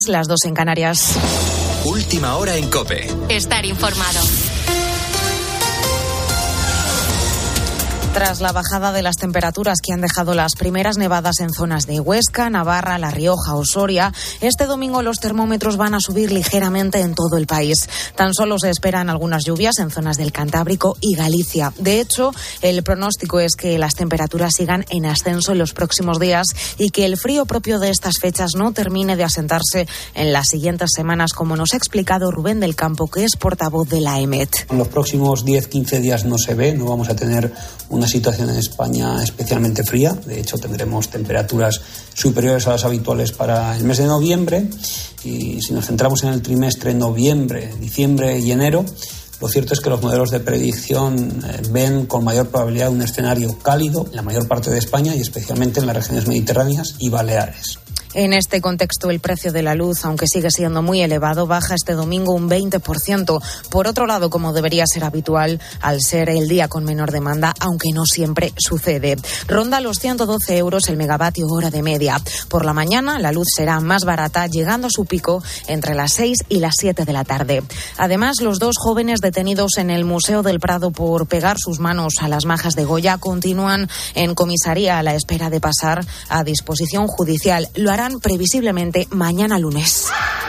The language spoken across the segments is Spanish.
Las 2 en Canarias. Última hora en COPE. Estar informado. Tras la bajada de las temperaturas que han dejado las primeras nevadas en zonas de Huesca, Navarra, La Rioja o Soria, este domingo los termómetros van a subir ligeramente en todo el país. Tan solo se esperan algunas lluvias en zonas del Cantábrico y Galicia. De hecho, el pronóstico es que las temperaturas sigan en ascenso en los próximos días y que el frío propio de estas fechas no termine de asentarse en las siguientes semanas, como nos ha explicado Rubén del Campo, que es portavoz de la EMET. En los próximos 10-15 días no vamos a tener una situación en España especialmente fría. De hecho, tendremos temperaturas superiores a las habituales para el mes de noviembre. Y si nos centramos en el trimestre noviembre, diciembre y enero, lo cierto es que los modelos de predicción ven con mayor probabilidad un escenario cálido en la mayor parte de España y especialmente en las regiones mediterráneas y Baleares. En este contexto, el precio de la luz, aunque sigue siendo muy elevado, baja este domingo un 20%. Por otro lado, como debería ser habitual, al ser el día con menor demanda, aunque no siempre sucede. Ronda los 112 euros el megavatio hora de media. Por la mañana, la luz será más barata, llegando a su pico entre las 6 y las 7 de la tarde. Además, los 2 jóvenes detenidos en el Museo del Prado por pegar sus manos a las majas de Goya continúan en comisaría a la espera de pasar a disposición judicial. Lo harán previsiblemente mañana lunes.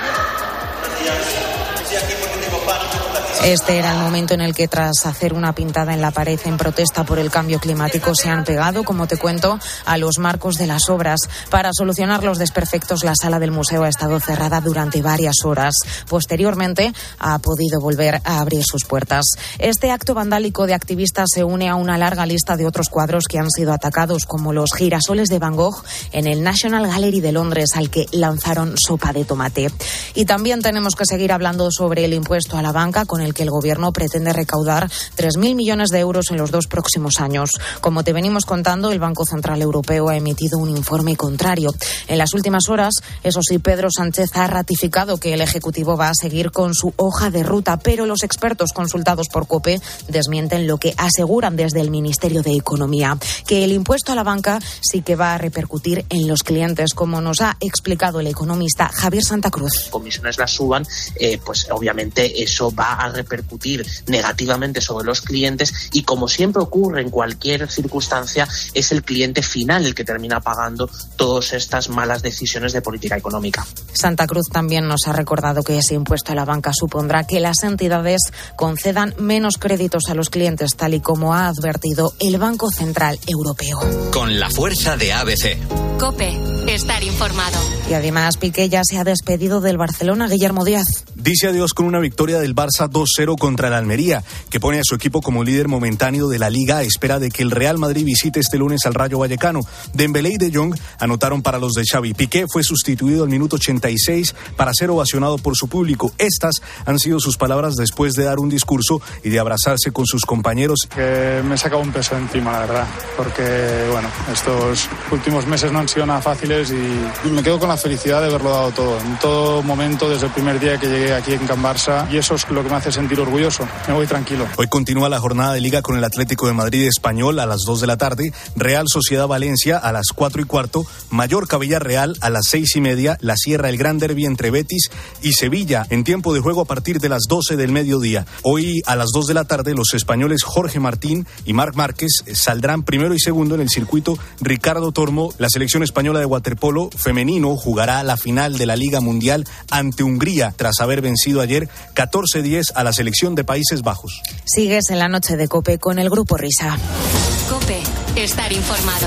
Este era el momento en el que, tras hacer una pintada en la pared en protesta por el cambio climático, se han pegado, como te cuento, a los marcos de las obras. Para solucionar los desperfectos, la sala del museo ha estado cerrada durante varias horas. Posteriormente, ha podido volver a abrir sus puertas. Este acto vandálico de activistas se une a una larga lista de otros cuadros que han sido atacados, como los girasoles de Van Gogh en el National Gallery de Londres, al que lanzaron sopa de tomate. Y también tenemos que seguir hablando sobre el impuesto a la banca, con el que el Gobierno pretende recaudar 3.000 millones de euros en los 2 próximos años. Como te venimos contando, el Banco Central Europeo ha emitido un informe contrario. En las últimas horas, eso sí, Pedro Sánchez ha ratificado que el Ejecutivo va a seguir con su hoja de ruta, pero los expertos consultados por COPE desmienten lo que aseguran desde el Ministerio de Economía, que el impuesto a la banca sí que va a repercutir en los clientes, como nos ha explicado el economista Javier Santa Cruz. Comisiones las suban, pues obviamente eso va a repercutir negativamente sobre los clientes y, como siempre ocurre en cualquier circunstancia, es el cliente final el que termina pagando todas estas malas decisiones de política económica. Santa Cruz también nos ha recordado que ese impuesto a la banca supondrá que las entidades concedan menos créditos a los clientes, tal y como ha advertido el Banco Central Europeo. Con la fuerza de ABC. COPE, estar informado. Y además, Piqué ya se ha despedido del Barcelona. Guillermo Díaz. Dice adiós con una victoria del Barça 2-0 contra el Almería, que pone a su equipo como líder momentáneo de la Liga a espera de que el Real Madrid visite este lunes al Rayo Vallecano. Dembélé y De Jong anotaron para los de Xavi. Piqué fue sustituido al minuto 86 para ser ovacionado por su público. Estas han sido sus palabras después de dar un discurso y de abrazarse con sus compañeros. Que me he sacado un peso encima, la verdad, porque bueno, estos últimos meses no han sido nada fáciles y me quedo con la felicidad de haberlo dado todo, en todo momento, desde el primer día que llegué aquí en Can Barça, y eso es lo que me hace sentir orgulloso. Me voy tranquilo. Hoy continúa la jornada de Liga con el Atlético de Madrid Español a las 2 de la tarde, Real Sociedad Valencia a las 4:15, Mallorca Villarreal a las 6:30, La Sierra el Gran Derbi entre Betis y Sevilla en tiempo de juego a partir de las 12 del mediodía. Hoy a las 2 de la tarde los españoles Jorge Martín y Marc Márquez saldrán primero y segundo en el circuito Ricardo Tormo. La selección española de waterpolo femenino jugará la final de la Liga Mundial ante Hungría tras haber vencido ayer 14-10 a la selección de Países Bajos. Sigues en la noche de COPE con el Grupo Risa. COPE, estar informado.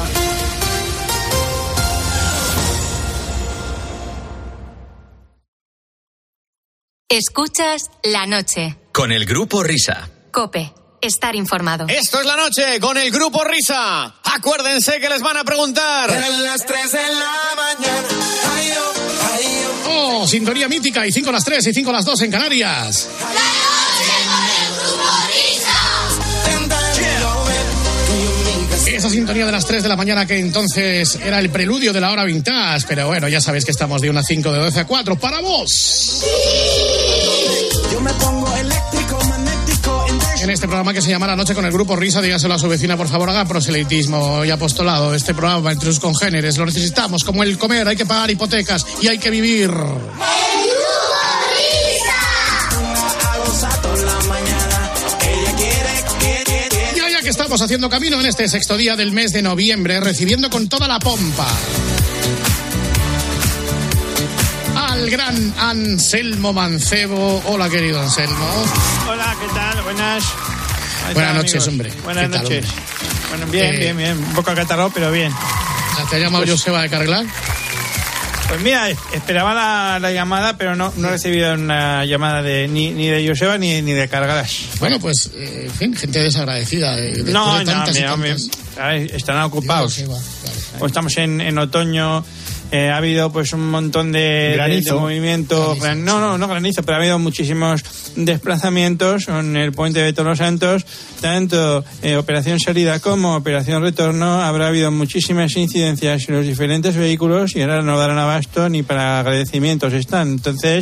Escuchas La Noche. Con el Grupo Risa. COPE, estar informado. Esto es La Noche con el Grupo Risa. Acuérdense que les van a preguntar. Eran las 3 de la mañana. Ay, oh, ay, oh. Oh, sintonía mítica. Y 5 a las 3 y 5 a las 2 en Canarias. La Noche con el Grupo Risa. Esa sintonía de las 3 de la mañana que entonces era el preludio de la hora vintage. Pero bueno, ya sabéis que estamos de 1 a 5, de 12 a 4. ¡Para vos! Yo me pongo eléctrico, magnético. En este programa que se llama La Noche con el Grupo Risa. Dígaselo a su vecina, por favor, haga proselitismo y apostolado. Este programa entre sus congéneres lo necesitamos, como el comer, hay que pagar hipotecas y hay que vivir. Que estamos haciendo camino en este sexto día del mes de noviembre, recibiendo con toda la pompa al gran Anselmo Mancebo. Hola, querido Anselmo. Hola, ¿qué tal? Buenas noches, hombre. Buenas noches. Bueno, bien. Un poco acatarrado, pero bien. ¿Te ha llamado Joseba de Carrelar? Pues mira, esperaba la llamada, pero no he recibido una llamada ni de Joseba ni de Cargalas. Bueno, pues, en fin, gente desagradecida. No, están ocupados. Claro. Pues estamos en otoño. Ha habido pues un montón de movimiento. No granizo, pero ha habido muchísimos desplazamientos en el puente de Todos los Santos, tanto operación salida como operación retorno. Habrá habido muchísimas incidencias en los diferentes vehículos y ahora no darán abasto ni para agradecimientos. Están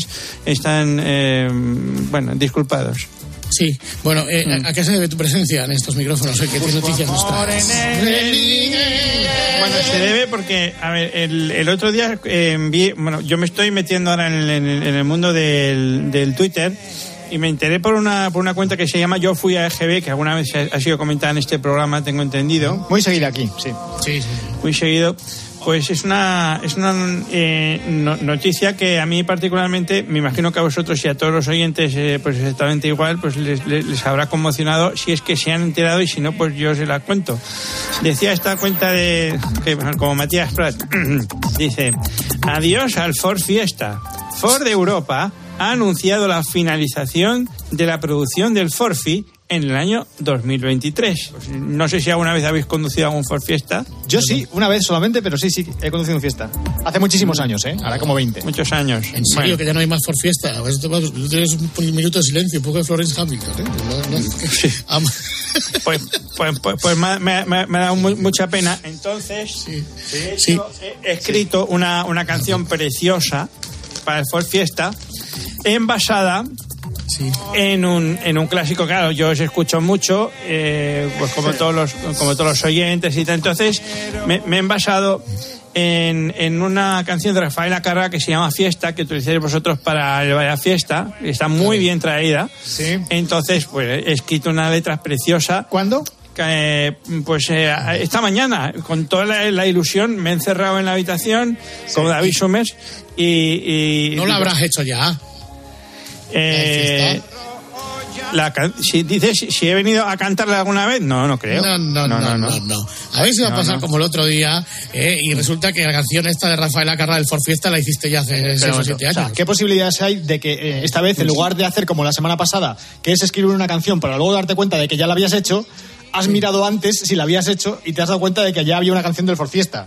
disculpados. Sí, bueno, ¿a qué se debe tu presencia en estos micrófonos? ¿Qué noticias nos traes? Bueno, se debe porque, a ver, el otro día yo me estoy metiendo ahora en el mundo del Twitter y me enteré por una cuenta que se llama Yo Fui a EGB, que alguna vez ha sido comentada en este programa, tengo entendido. Muy seguida aquí, sí. Muy seguido. Pues es una noticia que a mí particularmente, me imagino que a vosotros y a todos los oyentes pues exactamente igual, pues les habrá conmocionado si es que se han enterado, y si no, pues yo se la cuento. Decía esta cuenta como Matías Prat, dice: adiós al Ford Fiesta. Ford Europa ha anunciado la finalización de la producción del Forfi en el año 2023. Pues no sé si alguna vez habéis conducido algún Ford Fiesta. Yo sí, una vez solamente, pero sí, he conducido un Fiesta. Hace muchísimos años, ahora como 20. Muchos años. ¿En serio? Bueno. Que ya no hay más Ford Fiesta. Tienes un minuto de silencio, un poco de Florence Hamilton, Sí. Pues me ha dado mucha pena. Entonces, he escrito una canción preciosa para el Ford Fiesta, envasada en un clásico. Claro, yo os escucho mucho, pues como todos los oyentes y tal. Entonces me he envasado en una canción de Rafael Acarrá que se llama Fiesta, que utilizáis vosotros para el Vaya Fiesta. Está muy bien traída. Sí. Entonces, pues he escrito una letra preciosa. ¿Cuándo? Esta mañana, con toda la ilusión, me he encerrado en la habitación como David Summers y ¿no lo habrás hecho ya? Si he venido a cantarla alguna vez, no creo. No. A ver si va a pasar como el otro día, y resulta que la canción esta de Rafael Acarrá del Ford Fiesta la hiciste ya hace 6 o 7 años. O sea, ¿qué posibilidades hay de que esta vez, en lugar de hacer como la semana pasada, que es escribir una canción para luego darte cuenta de que ya la habías hecho, has mirado antes si la habías hecho y te has dado cuenta de que ya había una canción del Ford Fiesta?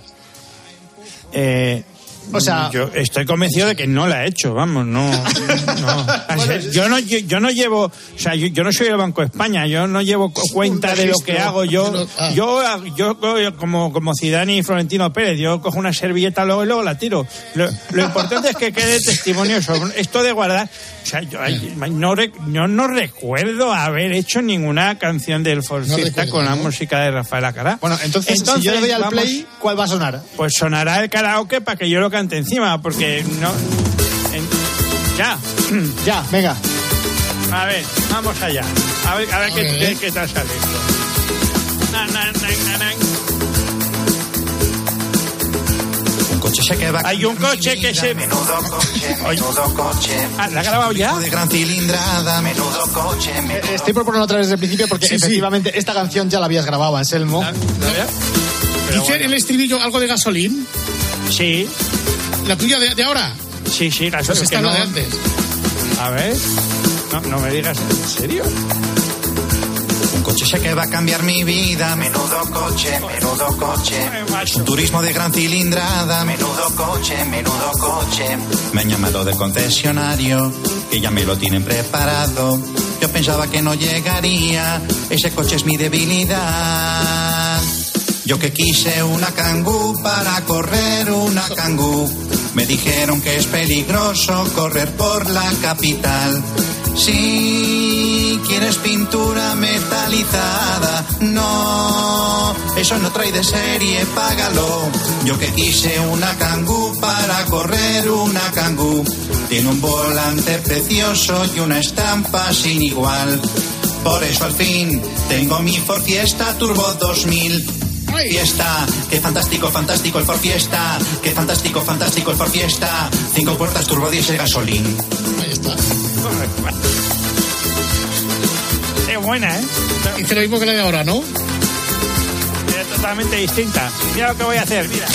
O sea, yo estoy convencido de que no la he hecho, vamos, no. Yo no llevo, o sea, yo no soy el Banco de España, yo no llevo cuenta de lo que hago. Yo como Zidane y Florentino Pérez, yo cojo una servilleta y luego la tiro. Lo importante es que quede testimonio sobre esto de guardar. O sea, yo no recuerdo haber hecho ninguna canción del Ford Fiesta con la música de Rafael Acarrá. Bueno, entonces si yo le doy al play, ¿cuál va a sonar? Pues sonará el karaoke para que yo lo cante encima, porque no... Ya, venga. A ver, vamos allá. A ver qué tal sale esto. Un coche que va. Hay un coche que se... Menudo coche. ¿La ha grabado ya? De gran cilindrada, menudo coche. Estoy por ponerlo otra vez desde el principio porque efectivamente esta canción ya la habías grabado, Anselmo. ¿Dice en el estribillo algo de gasolín? Sí. ¿La tuya de ahora? Sí, gasolín. Pues está la de antes. A ver. No me digas, ¿en serio? Un coche que va a cambiar mi vida, menudo coche. Un turismo de gran cilindrada, menudo coche. Me han llamado del concesionario, que ya me lo tienen preparado. Yo pensaba que no llegaría, ese coche es mi debilidad. Yo que quise una Kangoo para correr una Kangoo. Me dijeron que es peligroso correr por la capital. Sí, Si quieres pintura metalizada, no, eso no trae de serie, págalo. Yo que quise una Kangoo para correr una Kangoo. Tiene un volante precioso y una estampa sin igual. Por eso al fin tengo mi Ford Fiesta Turbo 2000. Fiesta, qué fantástico, fantástico el Ford Fiesta. Qué fantástico, fantástico el Ford Fiesta. 5 puertas turbo diésel gasolín. Ahí está. Es buena, ¿eh? Dice lo mismo que la de ahora, ¿no? Es totalmente distinta. Mira lo que voy a hacer, mira.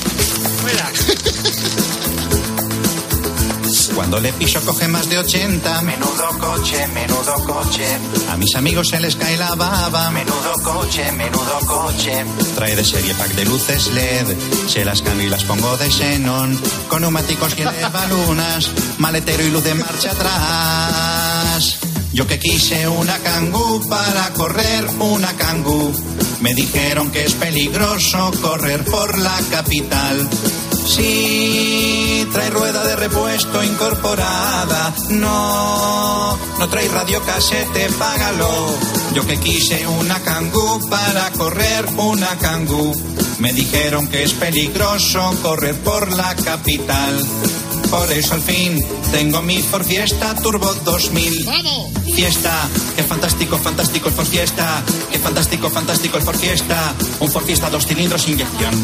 Cuando le piso coge más de 80. Menudo coche, menudo coche. A mis amigos se les cae la baba. Menudo coche, menudo coche. Trae de serie pack de luces LED. Se las cambio y las pongo de xenón. Con neumáticos y elevalunas. Maletero y luz de marcha atrás. Yo que quise una Kangoo para correr una Kangoo. Me dijeron que es peligroso correr por la capital. Sí, trae rueda de repuesto incorporada. No, no trae radiocasete, págalo. Yo que quise una Kangoo para correr una Kangoo. Me dijeron que es peligroso correr por la capital. Por eso al fin tengo mi Ford Fiesta Turbo 2000. ¡Vamos! Fiesta, qué fantástico, fantástico el Ford Fiesta. Qué fantástico, fantástico el Ford Fiesta. Un Ford Fiesta 2 cilindros inyección.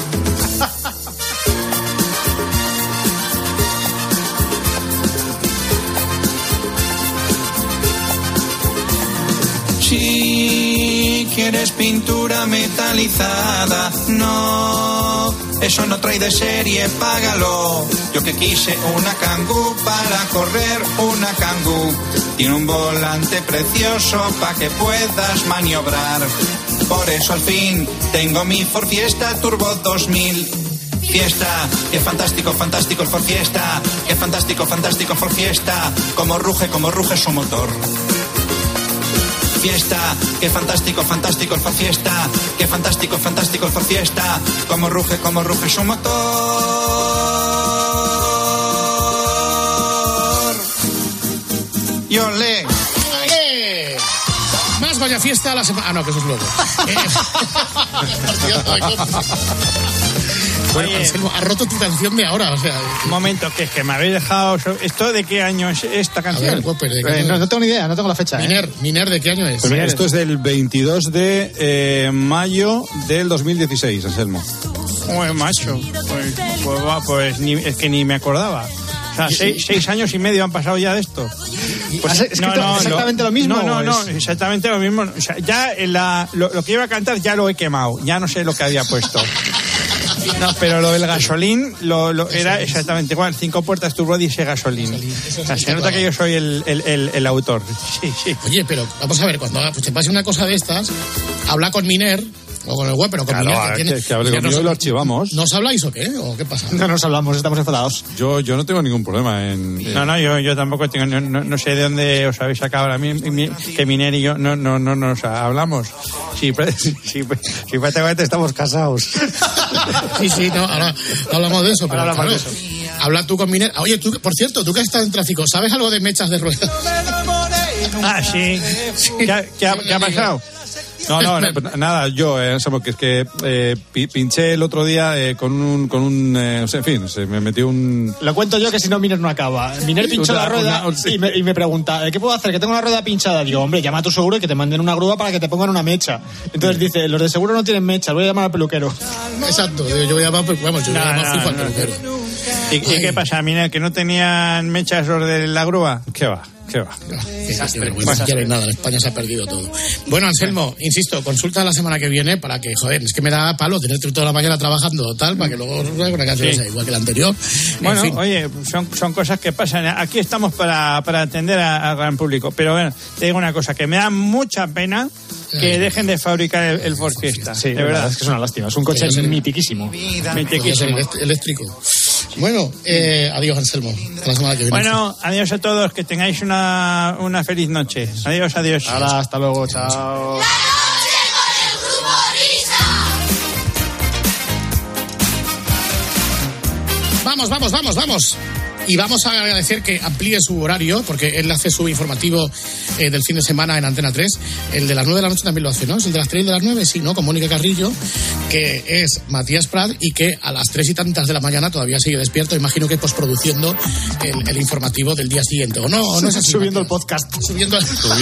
Si quieres pintura metalizada, no, eso no trae de serie, págalo. Yo que quise una Kangoo para correr una Kangoo. Tiene un volante precioso para que puedas maniobrar. Por eso al fin tengo mi Ford Fiesta Turbo 2000. Fiesta, qué fantástico, fantástico el Ford Fiesta. Qué fantástico, fantástico el Ford Fiesta. Como ruge su motor. Fiesta, qué fantástico, fantástico el Ford Fiesta. Qué fantástico, fantástico el Ford Fiesta. Como ruge su motor. Y olé. Más vaya fiesta a la semana. Ah, no, que eso es luego. Bueno, Anselmo, has roto tu canción de ahora, o sea... Un momento, que es que me habéis dejado... ¿Esto de qué año es esta canción? A ver, Whopper, ¿de qué no tengo ni idea, no tengo la fecha. Miner, ¿de qué año es? Pues mira, esto es del 22 de mayo del 2016, Anselmo. Joder, macho. Pues es que ni me acordaba. O sea, 6 años y medio han pasado ya de esto. Pues exactamente lo mismo. No, exactamente lo mismo. O sea, ya lo que iba a cantar ya lo he quemado. Ya no sé lo que había puesto. No, pero lo del gasolín era exactamente igual. 5 puertas turbo diésel gasolín. O sea, se nota que yo soy el autor. Sí. Oye, pero vamos a ver, cuando te pase una cosa de estas, habla con Miner o con el web, pero con Miner que tiene... Que hable conmigo y lo archivamos. ¿No os habláis o qué? ¿O qué pasa? No nos hablamos, estamos enfadados. Yo no tengo ningún problema en... No, yo tampoco tengo... No sé de dónde os habéis sacado ahora que Miner y yo no nos hablamos. Sí, prácticamente estamos casados. Sí, no, ahora hablamos de eso. Pero ahora hablamos de eso. Habla tú con Miner. Oye, tú, por cierto, tú que estás en tráfico, ¿sabes algo de mechas de ruedas? Ah, sí. ¿Qué ha pasado? No, nada, yo, porque es que pinché el otro día con un en fin, se me metió un... Lo cuento yo que si no Miner no acaba. Miner pinchó la rueda y me pregunta, ¿qué puedo hacer? Que tengo una rueda pinchada. Digo, hombre, llama a tu seguro y que te manden una grúa para que te pongan una mecha. Entonces dice, los de seguro no tienen mecha, voy a llamar al peluquero. Exacto, yo voy a llamar, fijo al peluquero. ¿Y qué pasa, Miner? ¿Que no tenían mechas los de la grúa? ¿Qué va? Ya no hay nada, en España se ha perdido todo. Bueno, Anselmo, insisto, consulta la semana que viene para que, joder, es que me da palo tenerte toda la mañana trabajando tal, para que luego una canción sea igual que la anterior. Bueno, en fin. Oye, son cosas que pasan. Aquí estamos para atender al gran público. Pero bueno, te digo una cosa, que me da mucha pena que dejen de fabricar el Ford Fiesta. Sí, de verdad, es que es una lástima. Es un coche mitiquísimo. Eléctrico. Bueno, adiós, Anselmo. Hasta la semana que viene. Bueno, adiós a todos. Que tengáis una feliz noche. Adiós. Ahora, hasta luego. Chao. Vamos. Y vamos a agradecer que amplíe su horario, porque él hace su informativo del fin de semana en Antena 3. El de las 9 de la noche también lo hace, ¿no? ¿Es el de las 3 de las 9? Sí, ¿no? Con Mónica Carrillo, que es Matías Prat, y que a las 3 y tantas de la mañana todavía sigue despierto. Imagino que posproduciendo el informativo del día siguiente. ¿O no es así? Subiendo el podcast. Subiendo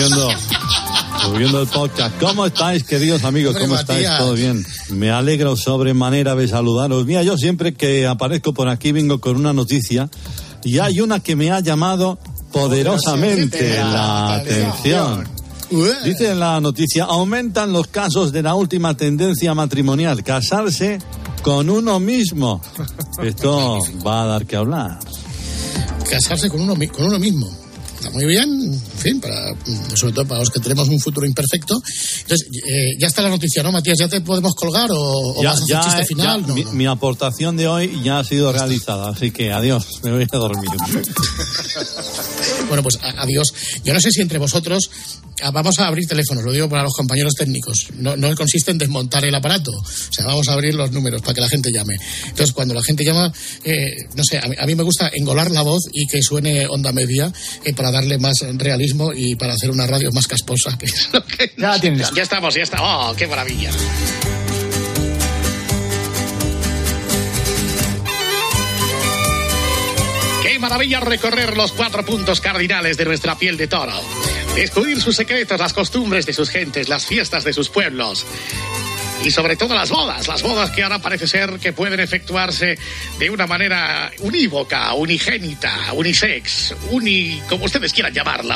el podcast. ¿Cómo estáis, queridos amigos? Hombre, ¿Cómo Matías. estáis? ¿Todo bien? Me alegro sobremanera de saludaros. Mira, yo siempre que aparezco por aquí vengo con una noticia y hay una que me ha llamado poderosamente la atención. Dice en la noticia: aumentan los casos de la última tendencia matrimonial, casarse con uno mismo. Esto va a dar que hablar. Casarse con uno mismo. Está muy bien, en fin, sobre todo para los que tenemos un futuro imperfecto. Entonces, ya está la noticia, ¿no, Matías? ¿Ya te podemos colgar o vas a hacer chiste final? No. Mi aportación de hoy ya ha sido realizada, así que adiós, me voy a dormir. Bueno, pues adiós. Yo no sé si entre vosotros vamos a abrir teléfonos, lo digo para los compañeros técnicos. No consiste en desmontar el aparato, o sea, vamos a abrir los números para que la gente llame. Entonces, cuando la gente llama, no sé, a mí me gusta engolar la voz y que suene onda media para darle más realismo y para hacer una radio más casposa. Que es lo que ya tienes. Ya estamos. ¡Oh, qué maravilla! ¡Qué maravilla recorrer los 4 puntos cardinales de nuestra piel de toro! Descubrir sus secretos, las costumbres de sus gentes, las fiestas de sus pueblos. Y sobre todo las bodas que ahora parece ser que pueden efectuarse de una manera unívoca, unigénita, unisex, como ustedes quieran llamarla.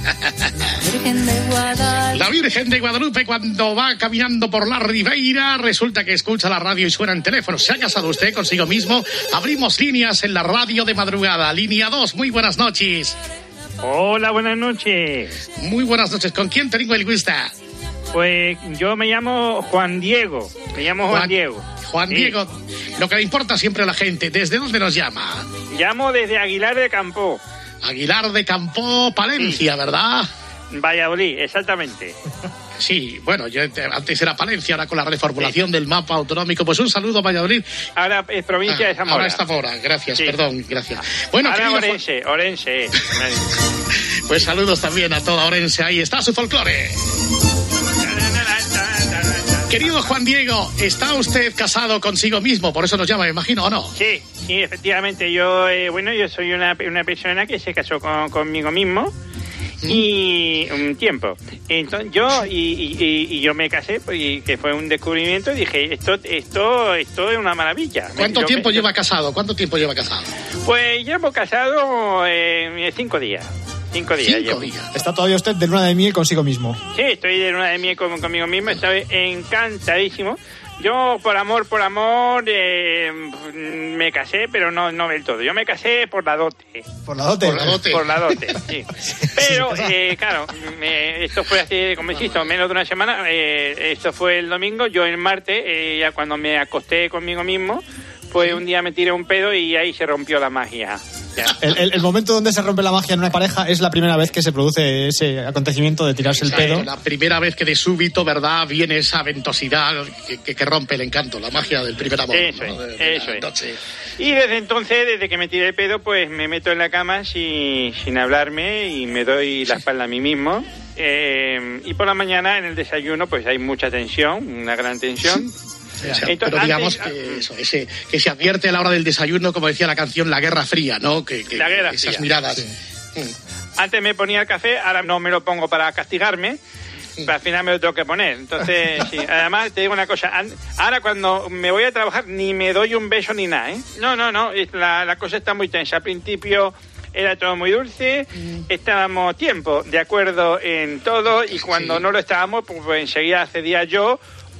La Virgen de Guadalupe, cuando va caminando por la Ribeira, resulta que escucha la radio y suenan teléfonos. ¿Se ha casado usted consigo mismo? Abrimos líneas en la radio de madrugada. Línea 2, muy buenas noches. Hola, buenas noches. Muy buenas noches. ¿Con quién tengo el gusto? Pues yo me llamo Juan Diego. Juan Diego, lo que le importa siempre a la gente, ¿desde dónde nos llama? Llamo desde Aguilar de Campoo. Aguilar de Campoo, Palencia, sí. ¿Verdad? Valladolid, exactamente. Sí, bueno, yo antes era Palencia, ahora con la reformulación del mapa autonómico. Pues un saludo a Valladolid. Ahora es provincia de Zamora. Ahora está Zamora, gracias, sí. Perdón, gracias. Bueno, ahora Orense. Pues saludos también a toda Orense, ahí está su folclore. Querido Juan Diego, ¿está usted casado consigo mismo? Por eso nos llama, me imagino, ¿o no? Sí, efectivamente. Yo soy una persona que se casó conmigo mismo. Y un tiempo. Entonces yo me casé, y que fue un descubrimiento, y dije, esto es una maravilla. ¿Cuánto tiempo lleva casado? Pues llevo casado 5 días. 5 días. ¿Está todavía usted de luna de miel consigo mismo? Sí, estoy de luna de miel conmigo mismo, estoy encantadísimo. Yo por amor me casé, pero no del todo. Yo me casé por la dote. ¿Por la dote? Por la dote, sí. Pero, claro, esto fue hace, como insisto, menos de una semana. Esto fue el domingo. Yo el martes, ya cuando me acosté conmigo mismo, pues un día me tiré un pedo y ahí se rompió la magia. El momento donde se rompe la magia en una pareja es la primera vez que se produce ese acontecimiento de tirarse el pedo. La primera vez que de súbito, ¿verdad?, viene esa ventosidad que rompe el encanto, la magia del primer amor. Eso es. Y desde entonces, desde que me tiré el pedo, pues me meto en la cama sin hablarme y me doy la espalda a mí mismo. Y por la mañana en el desayuno pues hay mucha tensión, una gran tensión. Entonces, pero digamos que se advierte a la hora del desayuno, como decía la canción, la Guerra Fría, ¿no? La Guerra esas Fría. Miradas. Sí. Antes me ponía el café, ahora no me lo pongo para castigarme, pero al final me lo tengo que poner. Entonces, sí. Además, te digo una cosa, ahora cuando me voy a trabajar ni me doy un beso ni nada, ¿eh? No, la cosa está muy tensa. Al principio era todo muy dulce, estábamos de acuerdo en todo, y cuando no lo estábamos, pues enseguida cedía yo.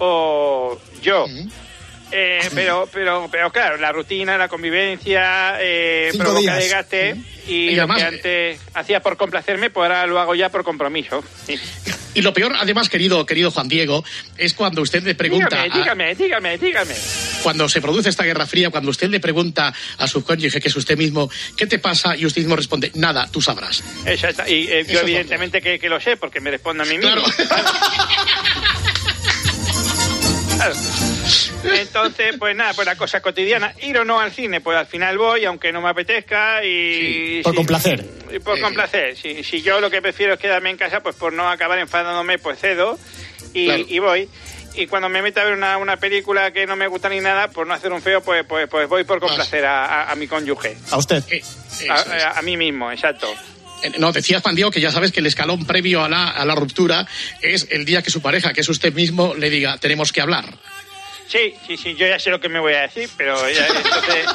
Pero claro, la rutina, la convivencia provoca desgaste, y lo que antes hacía por complacerme, pues ahora lo hago ya por compromiso. Sí. Y lo peor, además, querido Juan Diego, es cuando usted le pregunta... Dígame. Cuando se produce esta Guerra Fría, cuando usted le pregunta a su cónyuge, que es usted mismo, ¿qué te pasa? Y usted mismo responde, nada, tú sabrás. Exacto. Y yo evidentemente que lo sé, porque me respondo a mí mismo. Claro. Entonces, pues nada, pues la cosa cotidiana. Ir o no al cine, pues al final voy, aunque no me apetezca y... Sí, por complacer. Y por complacer. Si yo lo que prefiero es quedarme en casa, pues por no acabar enfadándome, pues cedo y voy. Y cuando me meto a ver una película que no me gusta ni nada, por no hacer un feo, pues voy por complacer a mi cónyuge. ¿A usted? A mí mismo, exacto. No, decía Juan Diego que ya sabes que el escalón previo a la ruptura es el día que su pareja, que es usted mismo, le diga, tenemos que hablar. Sí, yo ya sé lo que me voy a decir, pero ya, entonces...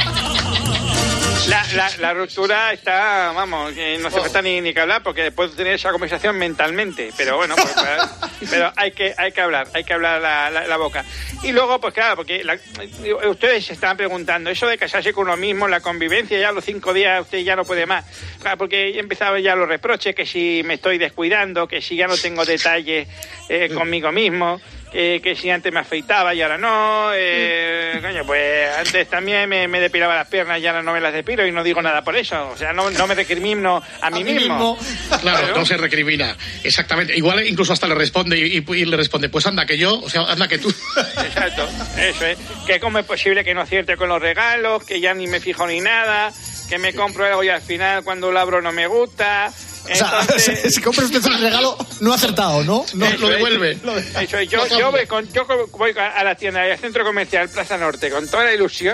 La ruptura está, vamos, no hace falta ni que hablar, porque puedo tener esa conversación mentalmente, pero bueno, pero hay que hablar la boca. Y luego, pues claro, porque ustedes se estaban preguntando, eso de casarse con uno mismo, la convivencia, ya a los 5 días usted ya no puede más. Claro, porque empezaba ya los reproches, que si me estoy descuidando, que si ya no tengo detalles conmigo mismo, que si antes me afeitaba y ahora no, coño, pues antes también me depilaba las piernas y ahora no me las depilo y no digo nada por eso, o sea, no me recrimino a mí mismo. Claro, no se recrimina, exactamente, igual incluso hasta le responde y le responde, pues anda que yo, o sea, anda que tú. Exacto, eso es, que cómo es posible que no acierte con los regalos, que ya ni me fijo ni nada, que me compro algo y al final cuando lo abro no me gusta. Entonces, o sea, si compra usted un regalo no acertado, ¿no? Lo devuelve. Eso es. Yo voy a la tienda del centro comercial Plaza Norte con toda la ilusión.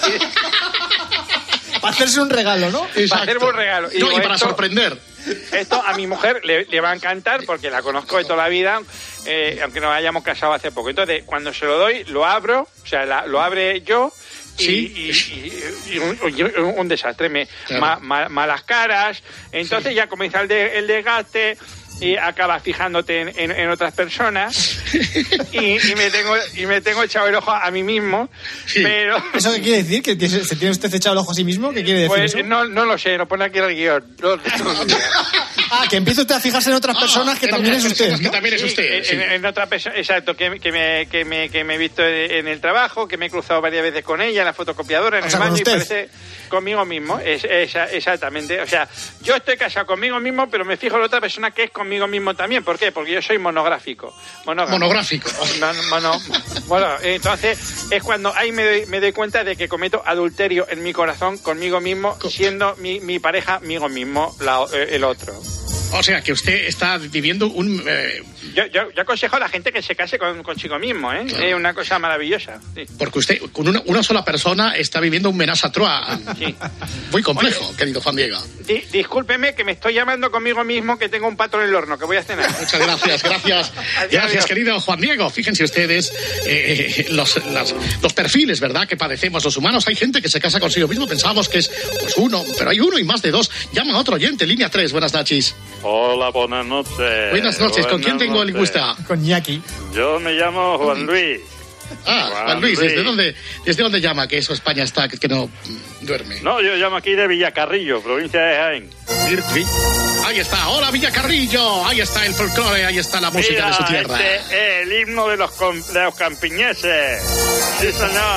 Para hacerse un regalo, ¿no? Exacto. Para hacerme un regalo. Y para sorprender. Esto a mi mujer le va a encantar porque la conozco de toda la vida, aunque nos hayamos casado hace poco. Entonces, cuando se lo doy, lo abro, o sea, lo abre yo. Y un desastre, claro. Malas caras, entonces ya comienza el desgaste y acabas fijándote en otras personas y me tengo echado el ojo a mí mismo, pero... ¿Eso qué quiere decir? ¿Que se tiene usted echado el ojo a sí mismo? ¿Qué quiere decir pues, eso? No lo sé, no pone aquí el guión. Que empiece usted a fijarse en otras personas que también es usted, ¿no? Que también es usted. Sí. En otra persona, exacto, que me he visto en el trabajo, que me he cruzado varias veces con ella, en la fotocopiadora, en el baño, y parece conmigo mismo, exactamente. O sea, yo estoy casado conmigo mismo, pero me fijo en otra persona que es conmigo mismo también. ¿Por qué? Porque yo soy monográfico. Monográfico. Bueno, entonces es cuando ahí me doy cuenta de que cometo adulterio en mi corazón conmigo mismo, siendo mi pareja amigo mismo, el otro. O sea, que usted está viviendo un... Yo aconsejo a la gente que se case consigo mismo, ¿eh? Claro. Es una cosa maravillosa. Sí. Porque usted, con una sola persona, está viviendo un menage à trois. Sí. Muy complejo, querido Juan Diego. Discúlpeme que me estoy llamando conmigo mismo, que tengo un pato en el horno, que voy a cenar. Muchas gracias. Gracias, querido Juan Diego. Fíjense ustedes los perfiles, ¿verdad?, que padecemos los humanos. Hay gente que se casa consigo mismo, pensábamos que es pues uno, pero hay uno y más de dos. Llama a otro oyente, línea 3, buenas noches. Hola, buenas noches. Buenas noches, ¿con quién tengo el gusto? Con Iñaki. Yo me llamo Juan Luis. Juan Luis, ¿desde dónde llama? Que eso España está, que no duerme. No, yo llamo aquí de Villacarrillo, provincia de Jaén. Ahí está, hola Villacarrillo, ahí está el folclore, ahí está la música de su tierra. Este es el himno de los campiñeses. Sí,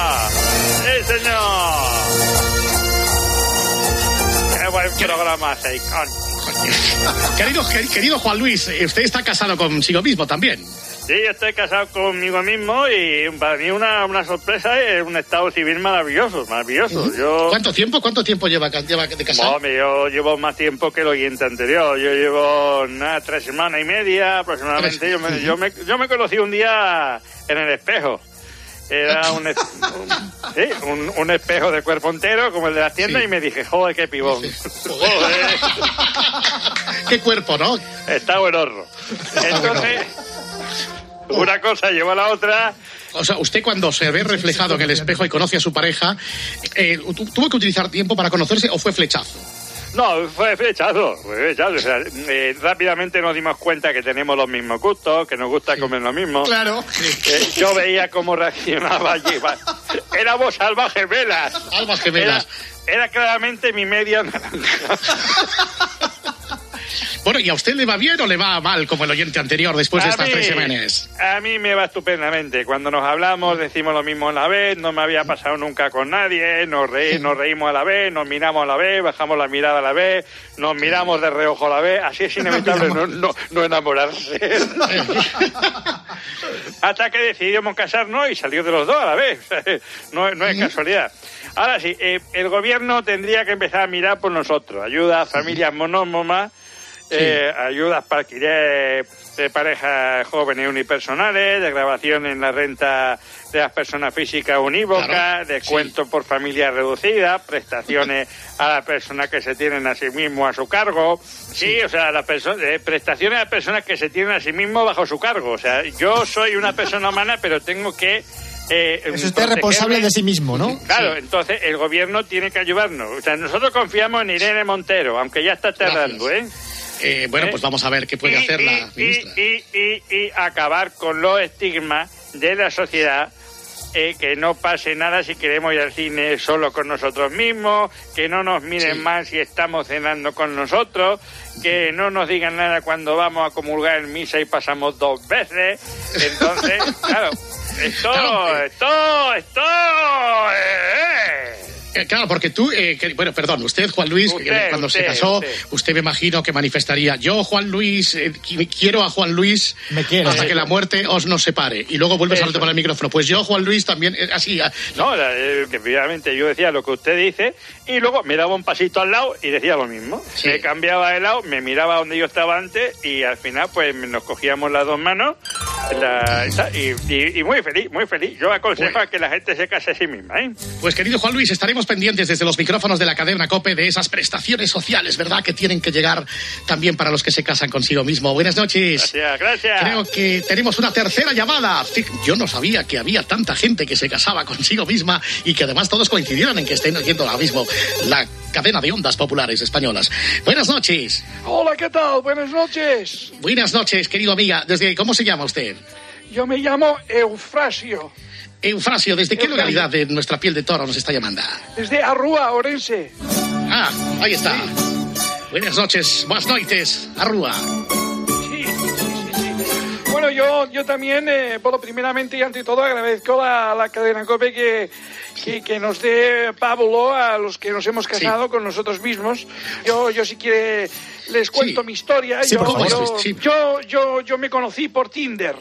señor. Qué buen programa, Seicón. Querido Juan Luis, usted está casado consigo mismo también. Sí, estoy casado conmigo mismo y para mí una sorpresa es un estado civil maravilloso. Uh-huh. ¿Cuánto tiempo lleva de casado? Hombre, yo llevo más tiempo que el oyente anterior. Yo llevo 3 semanas y media aproximadamente. Yo me conocí un día en el espejo. Era un espejo de cuerpo entero, como el de las tiendas, y me dije, joder, qué pibón. Joder. Qué cuerpo, ¿no? Está buen horro. Entonces, una cosa lleva a la otra. O sea, usted cuando se ve reflejado en el espejo y conoce a su pareja, ¿tuvo que utilizar tiempo para conocerse o fue flechazo? No, fue flechazo. O sea, rápidamente nos dimos cuenta que tenemos los mismos gustos, que nos gusta comer lo mismo. Claro. Yo veía cómo reaccionaba allí. Éramos almas gemelas. Almas gemelas. Era claramente mi media naranja. Bueno, ¿y a usted le va bien o le va mal como el oyente anterior después de estas 3 semanas? A mí me va estupendamente. Cuando nos hablamos decimos lo mismo a la vez, no me había pasado nunca con nadie, nos reímos a la vez, nos miramos a la vez, bajamos la mirada a la vez, nos miramos de reojo a la vez, así es inevitable no enamorarse. Hasta que decidimos casarnos y salió de los dos a la vez. No es casualidad. Ahora sí, el gobierno tendría que empezar a mirar por nosotros. Ayuda a familias monómamas, ayudas para alquiler de parejas jóvenes unipersonales, de grabación en la renta de las personas físicas unívocas, descuento por familia reducida, prestaciones a las personas que se tienen a sí mismo a su cargo. O sea, prestaciones a personas que se tienen a sí mismo bajo su cargo. O sea, yo soy una persona humana, pero tengo que... es usted responsable de sí mismo, ¿no? Claro, entonces el gobierno tiene que ayudarnos. O sea, nosotros confiamos en Irene Montero, aunque ya está tardando, Bueno, pues vamos a ver qué puede hacer la ministra. Y acabar con los estigmas de la sociedad, que no pase nada si queremos ir al cine solo con nosotros mismos, que no nos miren mal si estamos cenando con nosotros, que no nos digan nada cuando vamos a comulgar en misa y pasamos 2 veces. Entonces, claro, Claro, porque tú, perdón, usted, Juan Luis, cuando se casó, usted me imagino que manifestaría: yo, Juan Luis, quiero a Juan Luis hasta que la muerte os nos separe. Y luego vuelves a tomar el micrófono. Pues yo, Juan Luis, también, así. No, efectivamente, yo decía lo que usted dice y luego me daba un pasito al lado y decía lo mismo. Sí. Me cambiaba de lado, me miraba donde yo estaba antes y al final, pues, nos cogíamos las 2 manos y muy feliz, muy feliz. Yo aconsejo a que la gente se case a sí misma, Pues, querido Juan Luis, estaremos pendientes desde los micrófonos de la cadena COPE de esas prestaciones sociales, ¿verdad?, que tienen que llegar también para los que se casan consigo mismo. Buenas noches. Gracias. Creo que tenemos una tercera llamada. Yo no sabía que había tanta gente que se casaba consigo misma y que además todos coincidieran en que estén oyendo ahora mismo la cadena de ondas populares españolas. Buenas noches. Hola, ¿qué tal? Buenas noches. Buenas noches, querido amiga. ¿Cómo se llama usted? Yo me llamo Eufrasio. Eufrasio, ¿desde qué localidad de nuestra piel de toro nos está llamando? Desde Arrúa, Orense. Ahí está. Sí. Buenas noches, buenas noites, Arrúa. Sí. Bueno, yo también, primeramente y ante todo agradezco a la cadena COPE que nos dé pábulo a los que nos hemos casado con nosotros mismos. Yo si quiere les cuento mi historia. Sí, yo me conocí por Tinder.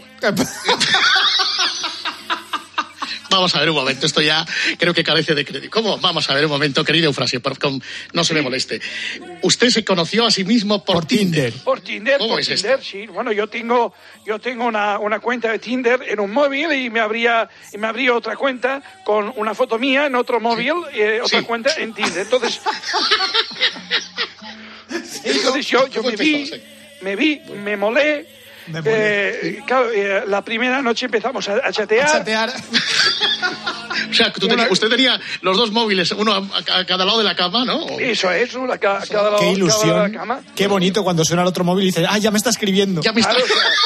Vamos a ver un momento, esto ya creo que carece de crédito. ¿Cómo? Vamos a ver un momento, querido Eufrasio, no se me moleste. Usted se conoció a sí mismo por Tinder. Por Tinder, ¿Cómo por es Tinder, esto? Sí. Bueno, yo tengo una cuenta de Tinder en un móvil y me abría otra cuenta con una foto mía en otro móvil, otra cuenta en Tinder. Entonces yo me molé. La primera noche empezamos a chatear. O sea, usted tenía los 2 móviles, uno a cada lado de la cama, ¿no? Eso es, cada lado, qué ilusión, cada lado de la cama. Qué bonito cuando suena el otro móvil y dice, ya me está escribiendo. Ya me está...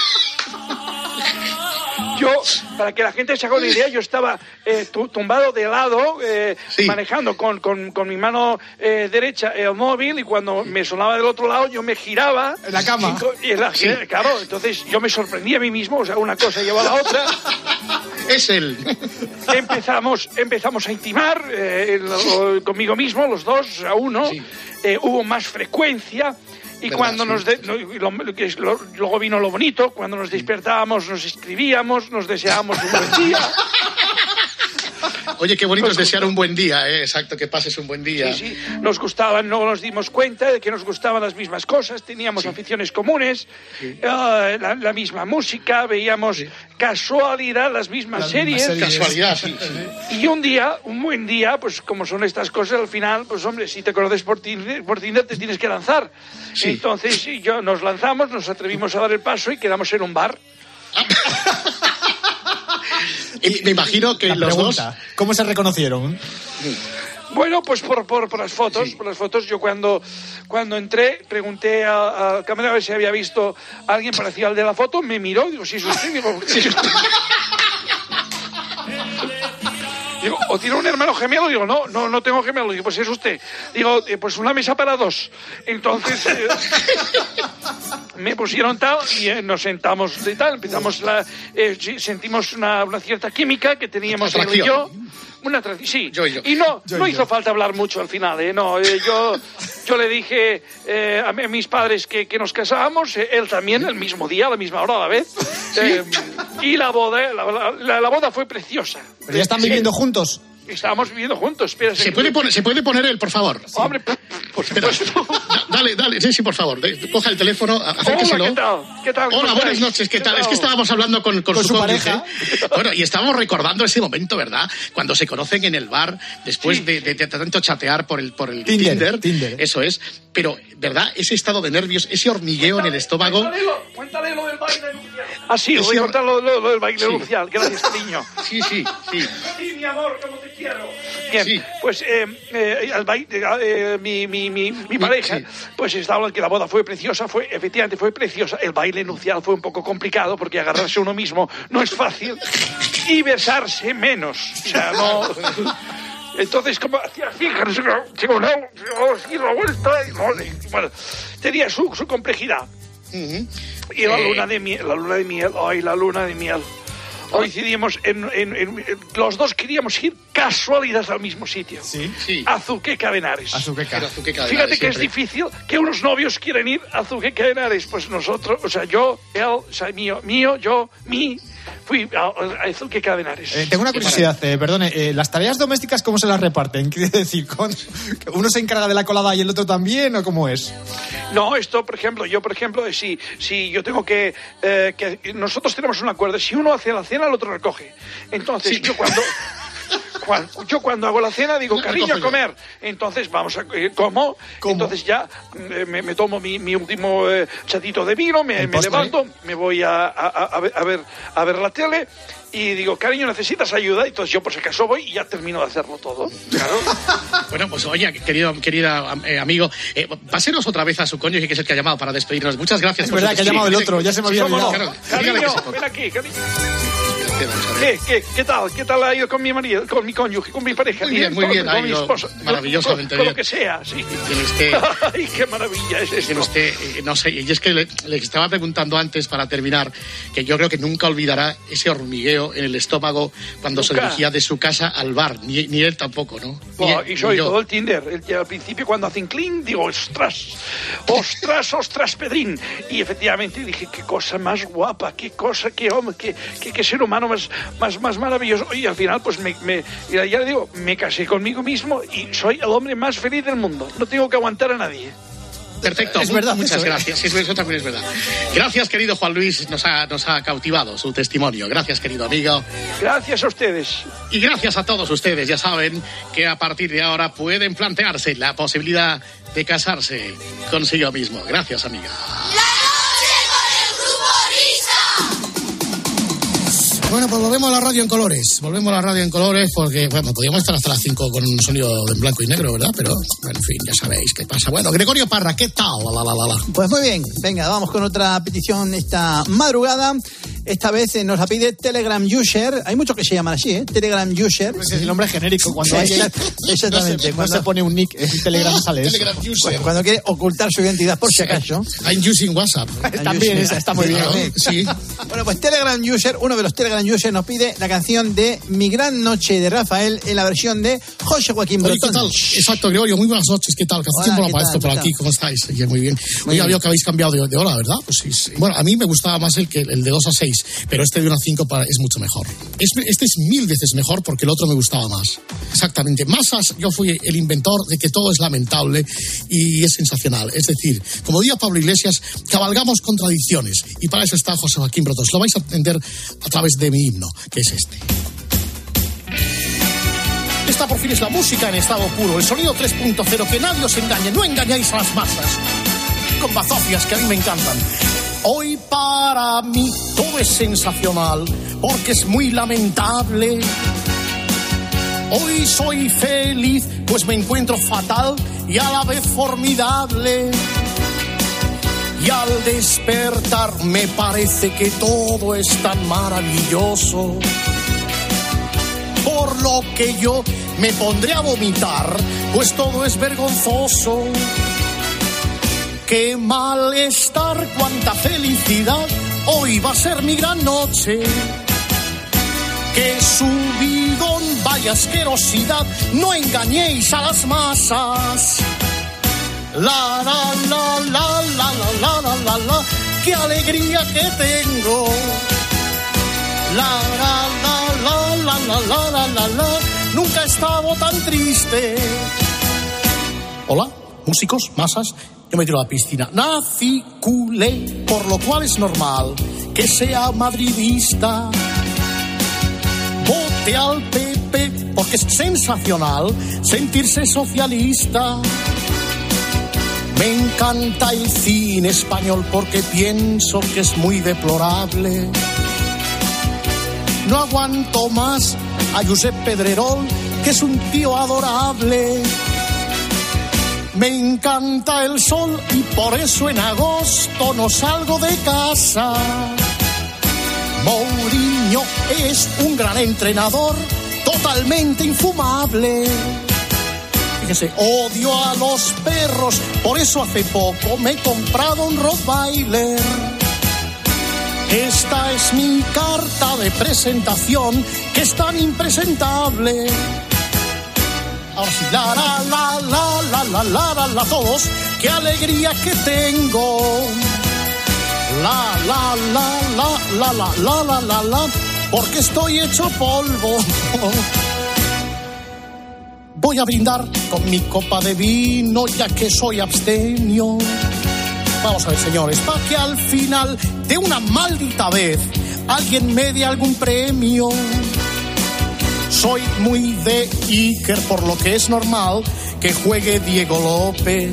Yo, para que la gente se haga una idea, yo estaba tumbado de lado, manejando con mi mano derecha el móvil, y cuando me sonaba del otro lado yo me giraba en la cama. Claro, entonces yo me sorprendí a mí mismo, o sea, una cosa lleva a la otra. Es él. Empezamos a intimar conmigo mismo, los dos a uno. Sí. Hubo más frecuencia. Y cuando luego vino lo bonito, cuando nos despertábamos, nos escribíamos, nos deseábamos un buen día. Oye, qué bonito es desear un buen día, exacto, que pases un buen día. Sí, nos gustaban, no nos dimos cuenta de que nos gustaban las mismas cosas, teníamos aficiones comunes, la misma música, veíamos casualidad, las mismas series. Casualidad, sí. Y un buen día, pues como son estas cosas, al final, pues hombre, si te conoces por Tinder te tienes que lanzar. Sí. Entonces nos lanzamos, nos atrevimos a dar el paso y quedamos en un bar. Y me imagino que los dos... ¿Cómo se reconocieron? Bueno, pues por las fotos. Sí. Por las fotos, yo cuando entré, pregunté al camarero a ver si había visto a alguien parecido al de la foto, me miró, digo, ¿sí es usted? Digo, ¿o tiene un hermano gemelo? Digo, no tengo gemelo. Digo, pues es usted. Digo, pues una mesa para 2. Entonces me pusieron tal y nos sentamos de tal. Empezamos sentimos una cierta química que teníamos él y yo. Sí. Y no hizo falta hablar mucho al final, ¿eh? No, yo le dije a mis padres que nos casábamos, él también, el mismo día, a la misma hora, a la vez. Y la boda fue preciosa. ¿Pero ya están viviendo juntos? Estábamos viviendo juntos. Espera, ¿Se puede poner él, por favor? Sí. Hombre, por supuesto. Dale, sí, por favor. Coja el teléfono, acérqueselo. Hola, ¿qué tal? Hola, buenas noches, ¿qué tal? Es que estábamos hablando con su pareja. Bueno, y estábamos recordando ese momento, ¿verdad? Cuando se conocen en el bar, después de tanto chatear por el Tinder. Eso es. Pero, ¿verdad? Ese estado de nervios, ese hormigueo en el estómago. Cuéntale lo del baile nupcial. Ah, sí, voy a contar lo del baile nupcial. Gracias, cariño. Sí. Sí, mi amor, como te quiero. Bien, pues el baile, mi pareja, pues estaba hablando que la boda fue preciosa, efectivamente fue preciosa. El baile nupcial fue un poco complicado porque agarrarse uno mismo no es fácil y besarse menos. O sea, no... Entonces, como hacía así, la vuelta, y bueno, tenía su complejidad. Y la luna de miel. Hoy decidimos, los dos queríamos ir casualidad al mismo sitio. Sí. Azuqueca de Henares. Fíjate que es difícil que unos novios quieran ir a Azuqueca de Henares. Pues nosotros, o sea, yo, él, o sea, fui a Azuqueca de Henares. Tengo una curiosidad, perdone, ¿las tareas domésticas cómo se las reparten? ¿Quiere decir, uno se encarga de la colada y el otro también, o cómo es? No, esto, por ejemplo, si yo tengo que nosotros tenemos un acuerdo, si uno hace la cena, el otro recoge. Entonces, yo cuando hago la cena digo, cariño, a comer. Entonces vamos a ¿cómo? Entonces ya me tomo mi último chatito de vino, me levanto, me voy a ver la tele y digo, cariño, ¿necesitas ayuda? Entonces yo por si acaso voy y ya termino de hacerlo todo. Claro. Bueno, pues oye, querido amigo, pásenos otra vez a su cónyuge, que es el que ha llamado para despedirnos. Muchas gracias. Es verdad que ha llamado el otro, ya se me había olvidado. Claro, cariño, ven aquí, cariño. ¿Qué tal ha ido con mi marido, con mi cónyuge, con mi pareja? Muy bien, con mi esposa. Maravillosamente con bien. lo que sea, sí. Ay, qué maravilla es esto. No sé, y es que le estaba preguntando antes, para terminar, que yo creo que nunca olvidará ese hormigueo en el estómago cuando se dirigía de su casa al bar. Ni él tampoco, ¿no? Y soy todo el Tinder. Al principio, cuando hacen clean, digo, ostras, Pedrín. Y efectivamente dije, qué cosa más guapa, qué hombre, qué ser humano más maravilloso. Y al final, pues ya le digo, me casé conmigo mismo y soy el hombre más feliz del mundo. No tengo que aguantar a nadie. Perfecto, es verdad, muchas gracias. Eso también es verdad. Gracias, querido Juan Luis, nos ha cautivado su testimonio. Gracias, querido amigo. Gracias a ustedes. Y gracias a todos ustedes. Ya saben que a partir de ahora pueden plantearse la posibilidad de casarse consigo mismo. Gracias, amiga. Bueno, pues volvemos a la radio en colores. Porque, bueno, podíamos estar hasta las 5 con un sonido en blanco y negro, ¿verdad? Pero, en fin, ya sabéis qué pasa. Bueno, Gregorio Parra, ¿qué tal? Pues muy bien. Venga, vamos con otra petición esta madrugada. Esta vez nos la pide Telegram User. Hay muchos que se llaman así, ¿eh? Telegram User. Pues es el nombre genérico. Cuando hay... Exactamente. Cuando se pone un nick en Telegram sale eso. Telegram User. Cuando quiere ocultar su identidad, por si acaso. I'm using WhatsApp. También esa está muy bien. Sí. Bueno, pues Telegram User, uno de los Telegram User nos pide la canción de Mi Gran Noche de Rafael en la versión de José Joaquín Bretón. ¿Qué tal? Exacto, Gregorio, muy buenas noches. ¿Qué tal? Que hace tiempo no para esto por aquí. ¿Cómo estáis? Muy bien. Oye, veo que habéis cambiado de hora, ¿verdad? Pues sí. Bueno, a mí me gustaba más el de 2 a 6, pero este de 1 a 5 es mucho mejor. Este es 1000 veces mejor porque el otro me gustaba más. Exactamente. Masas, yo fui el inventor de que todo es lamentable y es sensacional. Es decir, como diría Pablo Iglesias, cabalgamos contradicciones. Y para eso está José Joaquín Bretón. Lo vais a entender a través de mi himno, que es este. Esta por fin es la música en estado puro, el sonido 3.0, que nadie os engañe, no engañáis a las masas, con bazofias que a mí me encantan. Hoy para mí todo es sensacional, porque es muy lamentable. Hoy soy feliz, pues me encuentro fatal y a la vez formidable. Y al despertar me parece que todo es tan maravilloso, por lo que yo me pondré a vomitar, pues todo es vergonzoso. Qué malestar, cuánta felicidad, hoy va a ser mi gran noche. Qué subidón vaya asquerosidad, no engañéis a las masas. La, la, la, la, la, la, la, la, la, qué alegría que tengo. La, la, la, la, la, la, la, la, la, la, nunca he estado tan triste. Hola, músicos, masas, yo me tiro a la piscina. Nací culé, por lo cual es normal que sea madridista. Vote al PP porque es sensacional sentirse socialista. Me encanta el cine español porque pienso que es muy deplorable. No aguanto más a Josep Pedrerol, que es un tío adorable. Me encanta el sol y por eso en agosto no salgo de casa. Mourinho es un gran entrenador, totalmente infumable. Fíjese, odio a los perros, por eso hace poco me he comprado un Rottweiler. Esta es mi carta de presentación, que es tan impresentable. Ahora sí, la, la, la, la, la, la, la, la, la, todos, qué alegría que tengo. La, la, la, la, la, la, la, la, la, la, porque estoy hecho polvo. Voy a brindar con mi copa de vino, ya que soy abstemio. Vamos a ver, señores, para que al final de una maldita vez alguien me dé algún premio. Soy muy de Iker, por lo que es normal que juegue Diego López.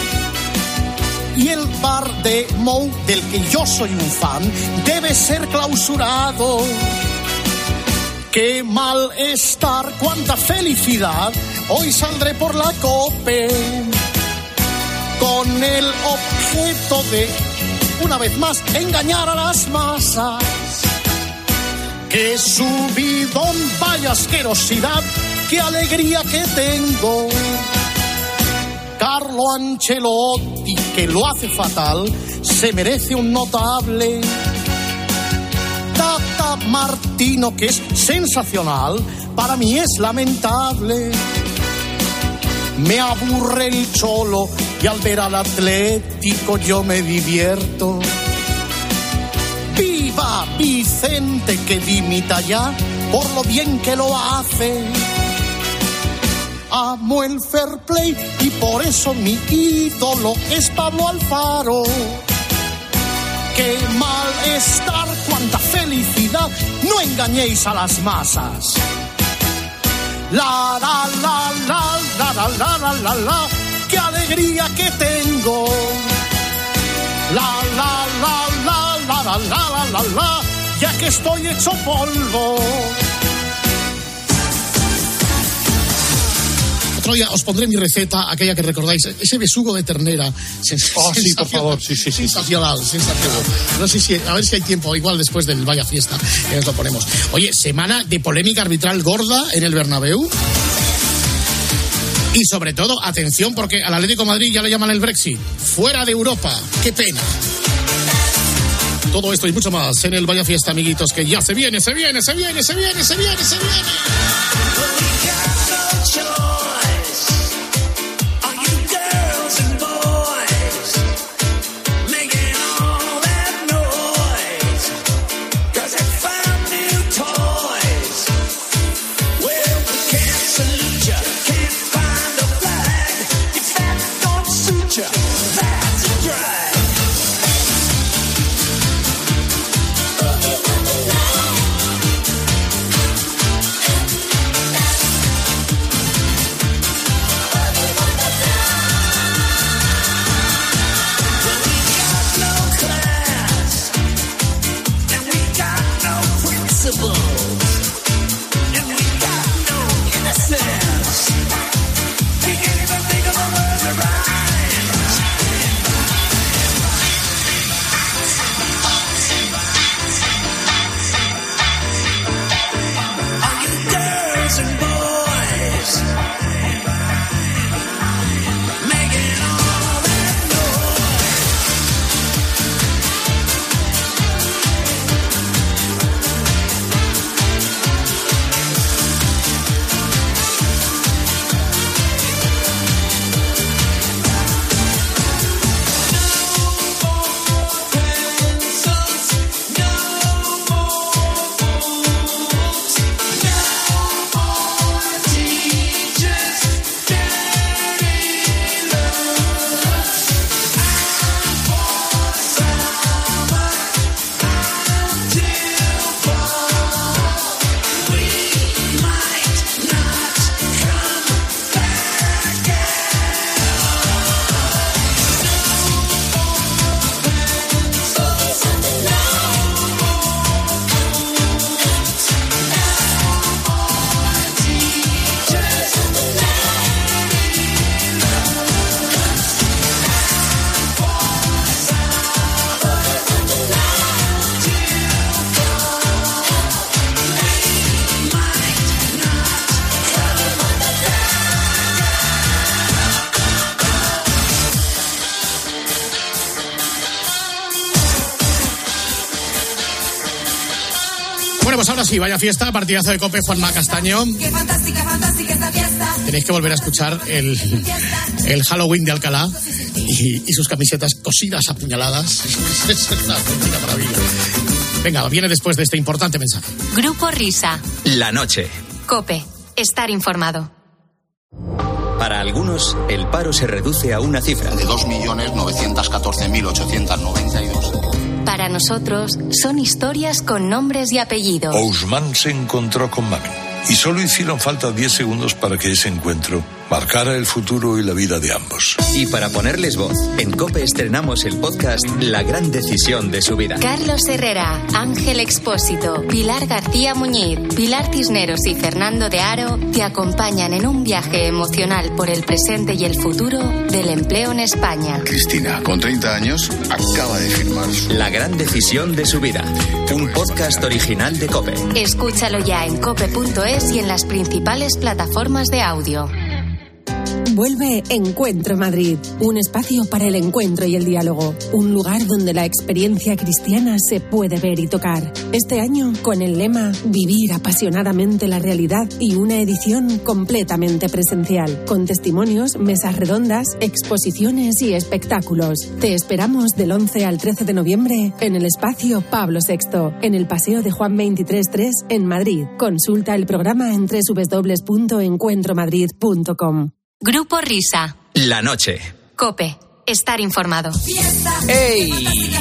Y el bar de Mou, del que yo soy un fan, debe ser clausurado. ¡Qué malestar! ¡Cuánta felicidad! Hoy saldré por la COPE con el objeto de, una vez más, engañar a las masas. ¡Qué subidón! ¡Vaya asquerosidad! ¡Qué alegría que tengo! Carlo Ancelotti, que lo hace fatal, se merece un notable. Tata Martino, que es sensacional, para mí es lamentable. Me aburre el Cholo y al ver al Atlético yo me divierto. ¡Viva Vicente, que dimita ya por lo bien que lo hace! Amo el fair play y por eso mi ídolo es Pablo Alfaro. ¡Qué malestar! ¡Cuánta felicidad! No engañéis a las masas. La, la, la, la, la, la, la, la, la, la, qué alegría que tengo. La, la, la, la, la, la, la, la, la, la, ya que estoy hecho polvo. Otro día os pondré mi receta, aquella que recordáis, ese besugo de ternera. Sí, por favor, sí. Sensacional. No sé si, a ver si hay tiempo, igual después del Vaya Fiesta, nos lo ponemos. Oye, semana de polémica arbitral gorda en el Bernabéu. Y sobre todo, atención, porque al Atlético de Madrid ya le llaman el Brexit. Fuera de Europa. ¡Qué pena! Todo esto y mucho más en el Vaya Fiesta, amiguitos, que ya se viene. Bueno, pues ahora sí, vaya fiesta, partidazo de COPE, Juanma Castaño. Qué fantástica, fantástica esta fiesta. Tenéis que volver a escuchar el Halloween de Alcalá y sus camisetas cosidas a puñaladas. Es una auténtica maravilla. Venga, viene después de este importante mensaje. Grupo Risa. La noche. COPE. Estar informado. Para algunos, el paro se reduce a una cifra. De 2.914.892. Para nosotros, son historias con nombres y apellidos. Ousmane se encontró con Manu y solo hicieron falta 10 segundos para que ese encuentro marcara el futuro y la vida de ambos. Y para ponerles voz, en COPE estrenamos el podcast La gran decisión de su vida. Carlos Herrera, Ángel Expósito, Pilar García Muñiz, Pilar Cisneros y Fernando de Haro te acompañan en un viaje emocional por el presente y el futuro del empleo en España. Cristina, con 30 años, acaba de firmar La gran decisión de su vida. Un podcast original de COPE. Escúchalo ya en cope.es y en las principales plataformas de audio. Vuelve Encuentro Madrid, un espacio para el encuentro y el diálogo, un lugar donde la experiencia cristiana se puede ver y tocar. Este año con el lema Vivir apasionadamente la realidad y una edición completamente presencial, con testimonios, mesas redondas, exposiciones y espectáculos. Te esperamos del 11 al 13 de noviembre en el espacio Pablo VI, en el Paseo de Juan 23.3 en Madrid. Consulta el programa en www.encuentromadrid.com. Grupo Risa. La noche. COPE. Estar informado. ¡Ey!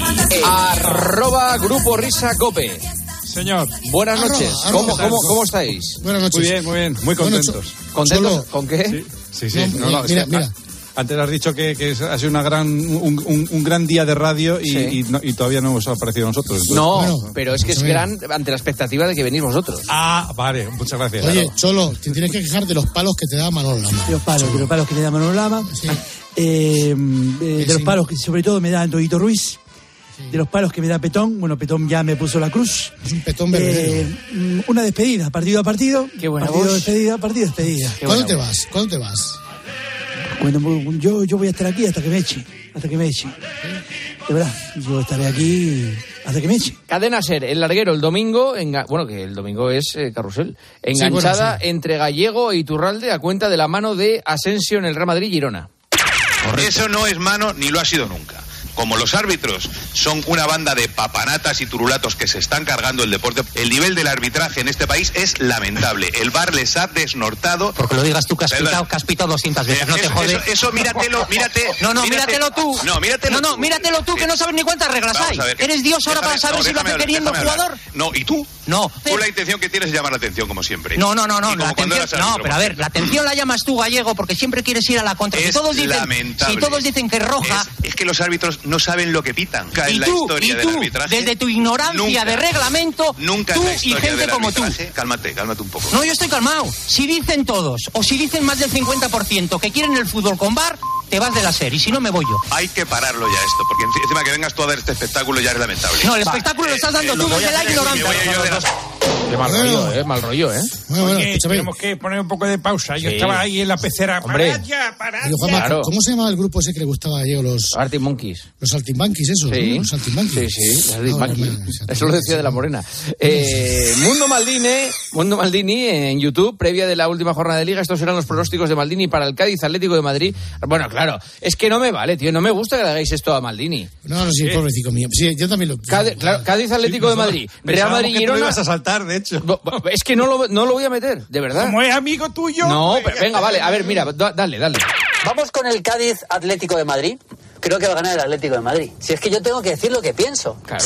@Grupo Risa COPE. Señor. Buenas noches. ¿Cómo estáis? Buenas noches. Muy bien. Muy contentos. ¿Contentos? ¿Con qué? Sí. Mira. Antes has dicho que ha sido un gran día de radio y todavía no hemos aparecido nosotros. Entonces. No, pero es que es gran ante la expectativa de que venís vosotros. Ah, vale, muchas gracias. Oye, Cholo, te tienes que quejar de los palos que te da Manolo Lama. De los palos que le da Manolo Lama. Sí. De los palos que sobre todo me da Antoñito Ruiz. Sí. De los palos que me da Petón. Bueno, Petón ya me puso la cruz. Es un Petón verdadero. Una despedida, partido a partido. Qué buena partido voz. Despedida, partido despedida. ¿Cuándo te vas? Bueno, yo voy a estar aquí hasta que me eche. De verdad, yo estaré aquí hasta que me eche. Cadena SER, El Larguero, el domingo, que el domingo es Carrusel, enganchada entre Gallego e Iturralde a cuenta de la mano de Asensio en el Real Madrid Girona. Correcto. Eso no es mano ni lo ha sido nunca. Como los árbitros son una banda de papanatas y turulatos que se están cargando el deporte, el nivel del arbitraje en este país es lamentable. El VAR les ha desnortado. Porque lo digas tú, que has pitado 200 veces, no te jode. Eso, míratelo. Míratelo tú. Míratelo tú, que no sabes ni cuántas reglas hay. ¿Eres Dios ahora para saber si lo hace queriendo el jugador? No, ¿y tú? No. Tú la intención que tienes es llamar la atención, como siempre. No, la atención, pero a ver, la atención la llamas tú, Gallego, porque siempre quieres ir a la contra. Es lamentable. Si todos dicen que es roja... Es que los árbitros no saben lo que pitan. Y tú, desde tu ignorancia de reglamento, nunca tú en la y gente como tú. Cálmate un poco. No, yo estoy calmado. Si dicen todos, o si dicen más del 50% que quieren el fútbol con VAR, te vas de la SER, y si no me voy yo. Hay que pararlo ya esto, porque encima que vengas tú a ver este espectáculo ya es lamentable. No, el espectáculo lo estás dando tú desde la ignorancia. Qué mal rollo, ¿eh? Bueno, tenemos que poner un poco de pausa. Yo estaba ahí en la pecera. Hombre. Parad Digo, Juanma, Claro. ¿cómo se llama el grupo ese que le gustaba a Diego? Los Arctic Monkeys. Los Saltimbanquis, esos, Sí. ¿no? Los Saltimbanquis. Sí, los Saltimbanquis. Eso lo decía de la Morena. Mundo Maldini en YouTube, previa de la última jornada de Liga. Estos serán los pronósticos de Maldini para el Cádiz Atlético de Madrid. Bueno, claro, es que no me vale, tío. No me gusta que le hagáis esto a Maldini. No, sí, pobrecito mío. Sí, yo también lo... Cádiz Atlético de Madrid. Real Madrid que Girona. tú ibas a saltar, de hecho. Es que no lo voy a meter, de verdad. Como es amigo tuyo. No, pero venga, vale. A ver, mira, dale. Vamos con el Cádiz Atlético de Madrid. Creo que va a ganar el Atlético de Madrid. Si es que yo tengo que decir lo que pienso. Claro.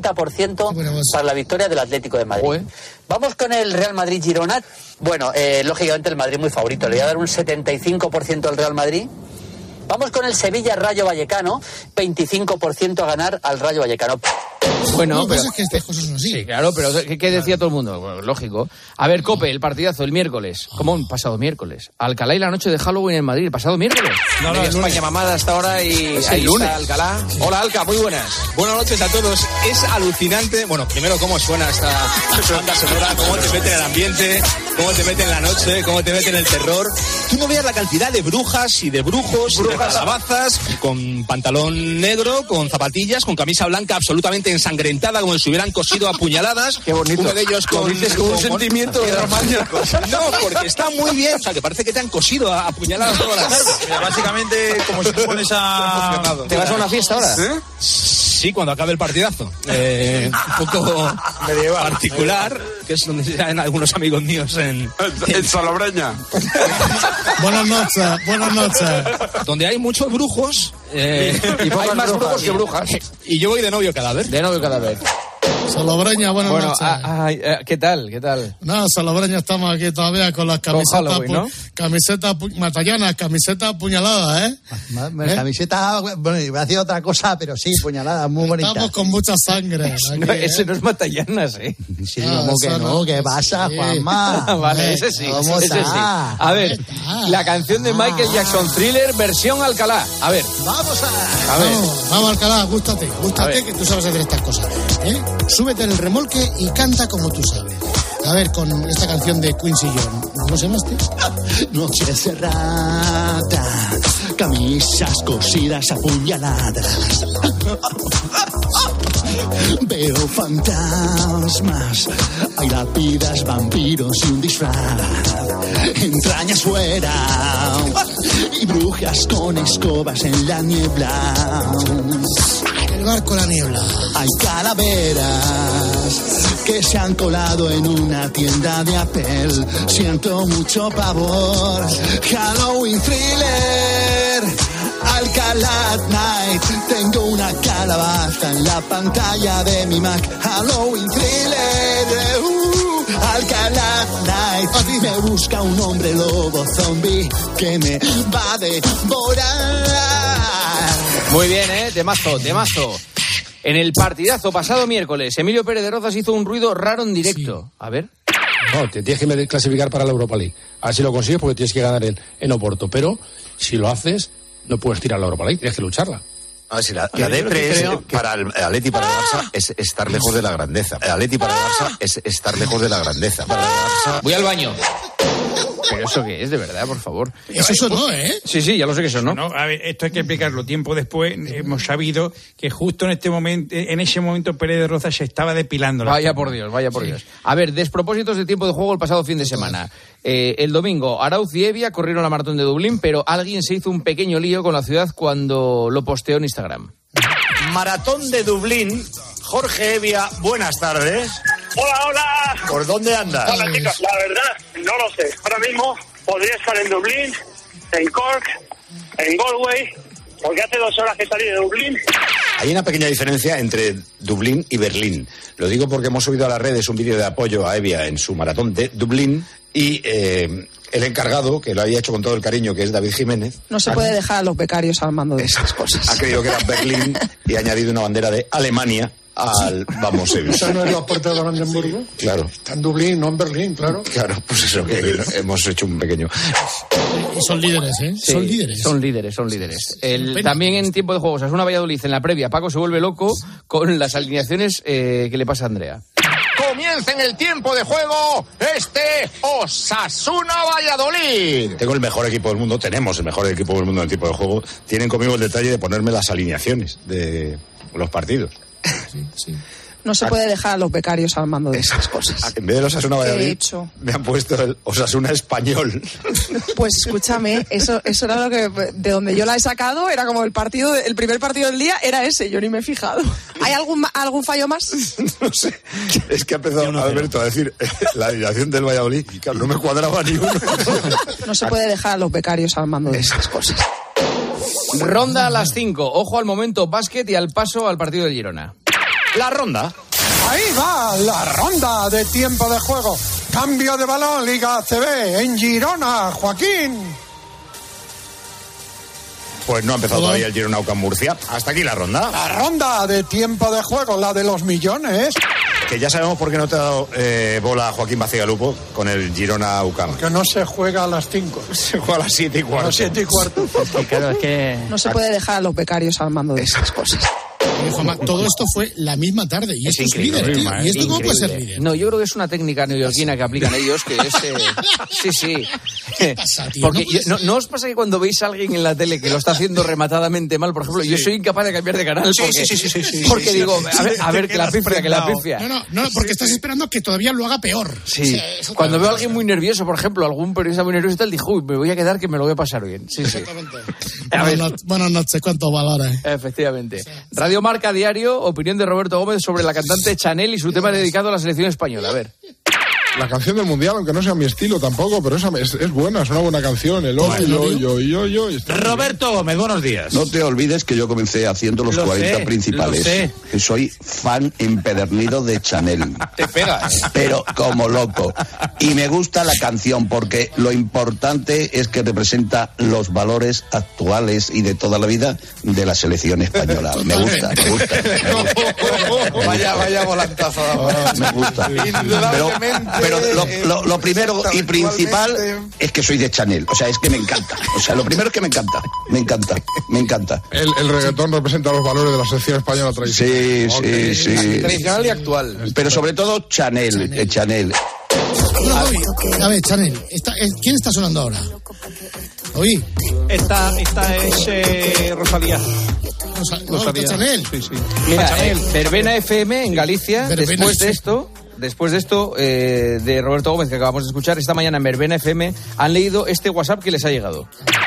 60% para la victoria del Atlético de Madrid. Ué. Vamos con el Real Madrid-Girona. Bueno, lógicamente el Madrid muy favorito. Le voy a dar un 75% al Real Madrid. Vamos con el Sevilla-Rayo Vallecano. 25% a ganar al Rayo Vallecano. Bueno, pero... es que estas cosas son así. Sí, claro, pero ¿qué decía todo el mundo? Bueno, lógico. A ver, COPE, el partidazo el miércoles. ¿Cómo un pasado miércoles? Alcalá y la noche de Halloween en Madrid, el pasado miércoles. No, España mamada hasta ahora y ahí está Alcalá. Hola, Alca, muy buenas. Buenas noches a todos. Es alucinante. Bueno, primero cómo suena esta banda sonora, cómo te mete en el ambiente, cómo te mete en la noche, cómo te mete en el terror. Tú no veas la cantidad de brujas y de brujos y de calabazas con pantalón negro, con zapatillas, con camisa blanca absolutamente ensangrentada, como si hubieran cosido a puñaladas. Qué bonito. Uno de ellos con un sentimiento romántico. No, porque está muy bien. O sea, que parece que te han cosido a puñaladas toda la tarde. Mira, básicamente, como si te pones a... ¿Te vas a una fiesta ahora? Sí, cuando acabe el partidazo. Un poco particular, que es donde se dan algunos amigos míos en Salobreña. Buenas noches. Donde hay muchos brujos. Y hay más brujos que brujas. Y yo voy de novio cadáver. De novio cadáver. Salobreña, buenas noches. ¿Qué tal? No, Salobreña, estamos aquí todavía con las camisetas, camisetas matallanas, camisetas puñaladas, Camiseta, bueno, iba a decir otra cosa, pero sí, puñaladas, muy bonitas. Estamos con mucha sangre. Aquí, ese no es matallanas, Sí, ¿cómo que no? ¿Qué pasa, Juanma? Vale, ese sí. A ver, la canción de Michael Jackson, Thriller, versión Alcalá. A ver. Vamos Alcalá, gústate, que tú sabes hacer estas cosas. Súbete en el remolque y canta como tú sabes. A ver, con esta canción de Quincy Jones. ¿Cómo se llama este? Noche cerrada, camisas cosidas a puñaladas. Veo fantasmas, hay lápidas, vampiros y un disfraz. Entrañas fuera y brujas con escobas en la niebla. El barco la niebla. Hay calaveras que se han colado en una tienda de Apple. Siento mucho pavor. Halloween Thriller, Alcalá Night. Tengo una calabaza en la pantalla de mi Mac. Halloween Thriller, Alcalá Night. Me busca un hombre lobo zombie que me va a devorar. Muy bien, temazo. En el partidazo pasado miércoles, Emilio Pérez de Rozas hizo un ruido raro en directo. Sí. A ver. No, te tienes que clasificar para la Europa League. A ver si lo consigues porque tienes que ganar en Oporto. Pero si lo haces, no puedes tirar la Europa League, tienes que lucharla. A ver, si la depre para el Atleti y para el Barça es estar lejos de la grandeza. El Atleti para el Barça es estar lejos de la grandeza. Para el Barça... Voy al baño. ¿Pero eso qué es, de verdad, por favor? Eso sonó, Sí, ya lo sé que sonó. No, a ver, esto hay que explicarlo. Tiempo después hemos sabido que justo en ese momento Pérez de Rozas se estaba depilando. Vaya por Dios. A ver, despropósitos de tiempo de juego el pasado fin de semana. El domingo, Arauz y Evia corrieron la maratón de Dublín, pero alguien se hizo un pequeño lío con la ciudad cuando lo posteó en Instagram. Maratón de Dublín. Jorge Evia, buenas tardes. Hola. ¿Por dónde andas? Hola, chicos. La verdad, no lo sé. Ahora mismo podría estar en Dublín, en Cork, en Galway, porque hace 2 horas que salí de Dublín. Hay una pequeña diferencia entre Dublín y Berlín. Lo digo porque hemos subido a las redes un vídeo de apoyo a Evia en su maratón de Dublín y el encargado, que lo había hecho con todo el cariño, que es David Jiménez... No se puede dejar a los becarios al mando de esas cosas. Ha creído que era Berlín y ha añadido una bandera de Alemania al vamos Evia. ¿Esa no es la puerta de Brandenburgo? Claro. Está en Dublín, no en Berlín, claro. Claro, pues eso, que hemos hecho un pequeño... Y son líderes, Sí, son líderes. También en tiempo de juegos, Osasuna Valladolid, en la previa, Paco se vuelve loco con las alineaciones que le pasa a Andrea. Comienza en el tiempo de juego Osasuna Valladolid. Tengo el mejor equipo del mundo, tenemos el mejor equipo del mundo en el tiempo de juego. Tienen conmigo el detalle de ponerme las alineaciones de los partidos. Sí. No se puede dejar a los becarios al mando de esas cosas. En vez del Osasuna Valladolid, me han puesto el Osasuna Español. Pues escúchame, eso era lo que, de donde yo la he sacado, era como el primer partido del día era ese, yo ni me he fijado. ¿Hay algún fallo más? No sé, es que ha empezado Alberto a decir la alineación del Valladolid y claro, no me cuadraba ni uno. No se puede dejar a los becarios al mando de esas cosas. Ronda a las 5, ojo al momento básquet y al paso al partido de Girona. La ronda. Ahí va la ronda de tiempo de juego. Cambio de balón, Liga ACB en Girona, Joaquín. Pues no ha empezado todavía el Girona UCAM Murcia. Hasta aquí la ronda. La ronda de tiempo de juego, la de los millones. Que ya sabemos por qué no te ha dado bola Joaquín Bacigalupo con el Girona UCAM. Que no se juega a las 5. Se juega a las 7:15. A las 7:15. Claro, es que... No se puede dejar a los becarios al mando de esas cosas. Todo esto fue la misma tarde y esto es líder, tío. ¿Y esto cómo puede ser líder? No, yo creo que es una técnica neoyorquina que aplican ellos que es... Sí. ¿Qué pasa, tío? Porque ¿no os pasa que cuando veis a alguien en la tele que lo está haciendo rematadamente mal, por ejemplo, yo soy incapaz de cambiar de canal porque digo, a ver, que la pifia. No, porque estás esperando que todavía lo haga peor. Sí. O sea, cuando veo a alguien muy nervioso, por ejemplo, algún periodista muy nervioso y tal, digo, uy, me voy a quedar que me lo voy a pasar bien. Sí. Buenas noches, ¿cuántos valores? Efectivamente. Radio Marca Diario, opinión de Roberto Gómez sobre la cantante Chanel y su tema dedicado a la selección española. A ver. La canción del Mundial, aunque no sea mi estilo tampoco, pero esa es buena, es una buena canción. El yo. Roberto Gómez, buenos días. No te olvides que yo comencé haciendo los 40 principales. Lo sé. Soy fan empedernido de Chanel. Te pegas. Pero como loco. Y me gusta la canción porque lo importante es que representa los valores actuales y de toda la vida de la selección española. Me gusta. Vaya volantazo. Me gusta. Pero lo primero y principal es que soy de Chanel. O sea, es que me encanta. O sea, lo primero es que me encanta. Me encanta. El reggaetón representa los valores de la selección española tradicional. Sí. Tradicional y actual. Pero sobre todo Chanel. A ver, Chanel, ¿quién está sonando ahora? Oí. Esta es Rosalía. Rosalía. Chanel. Sí. Mira, Verbena FM en Galicia, después de esto, de Roberto Gómez, que acabamos de escuchar, esta mañana en Verbena FM han leído este WhatsApp que les ha llegado.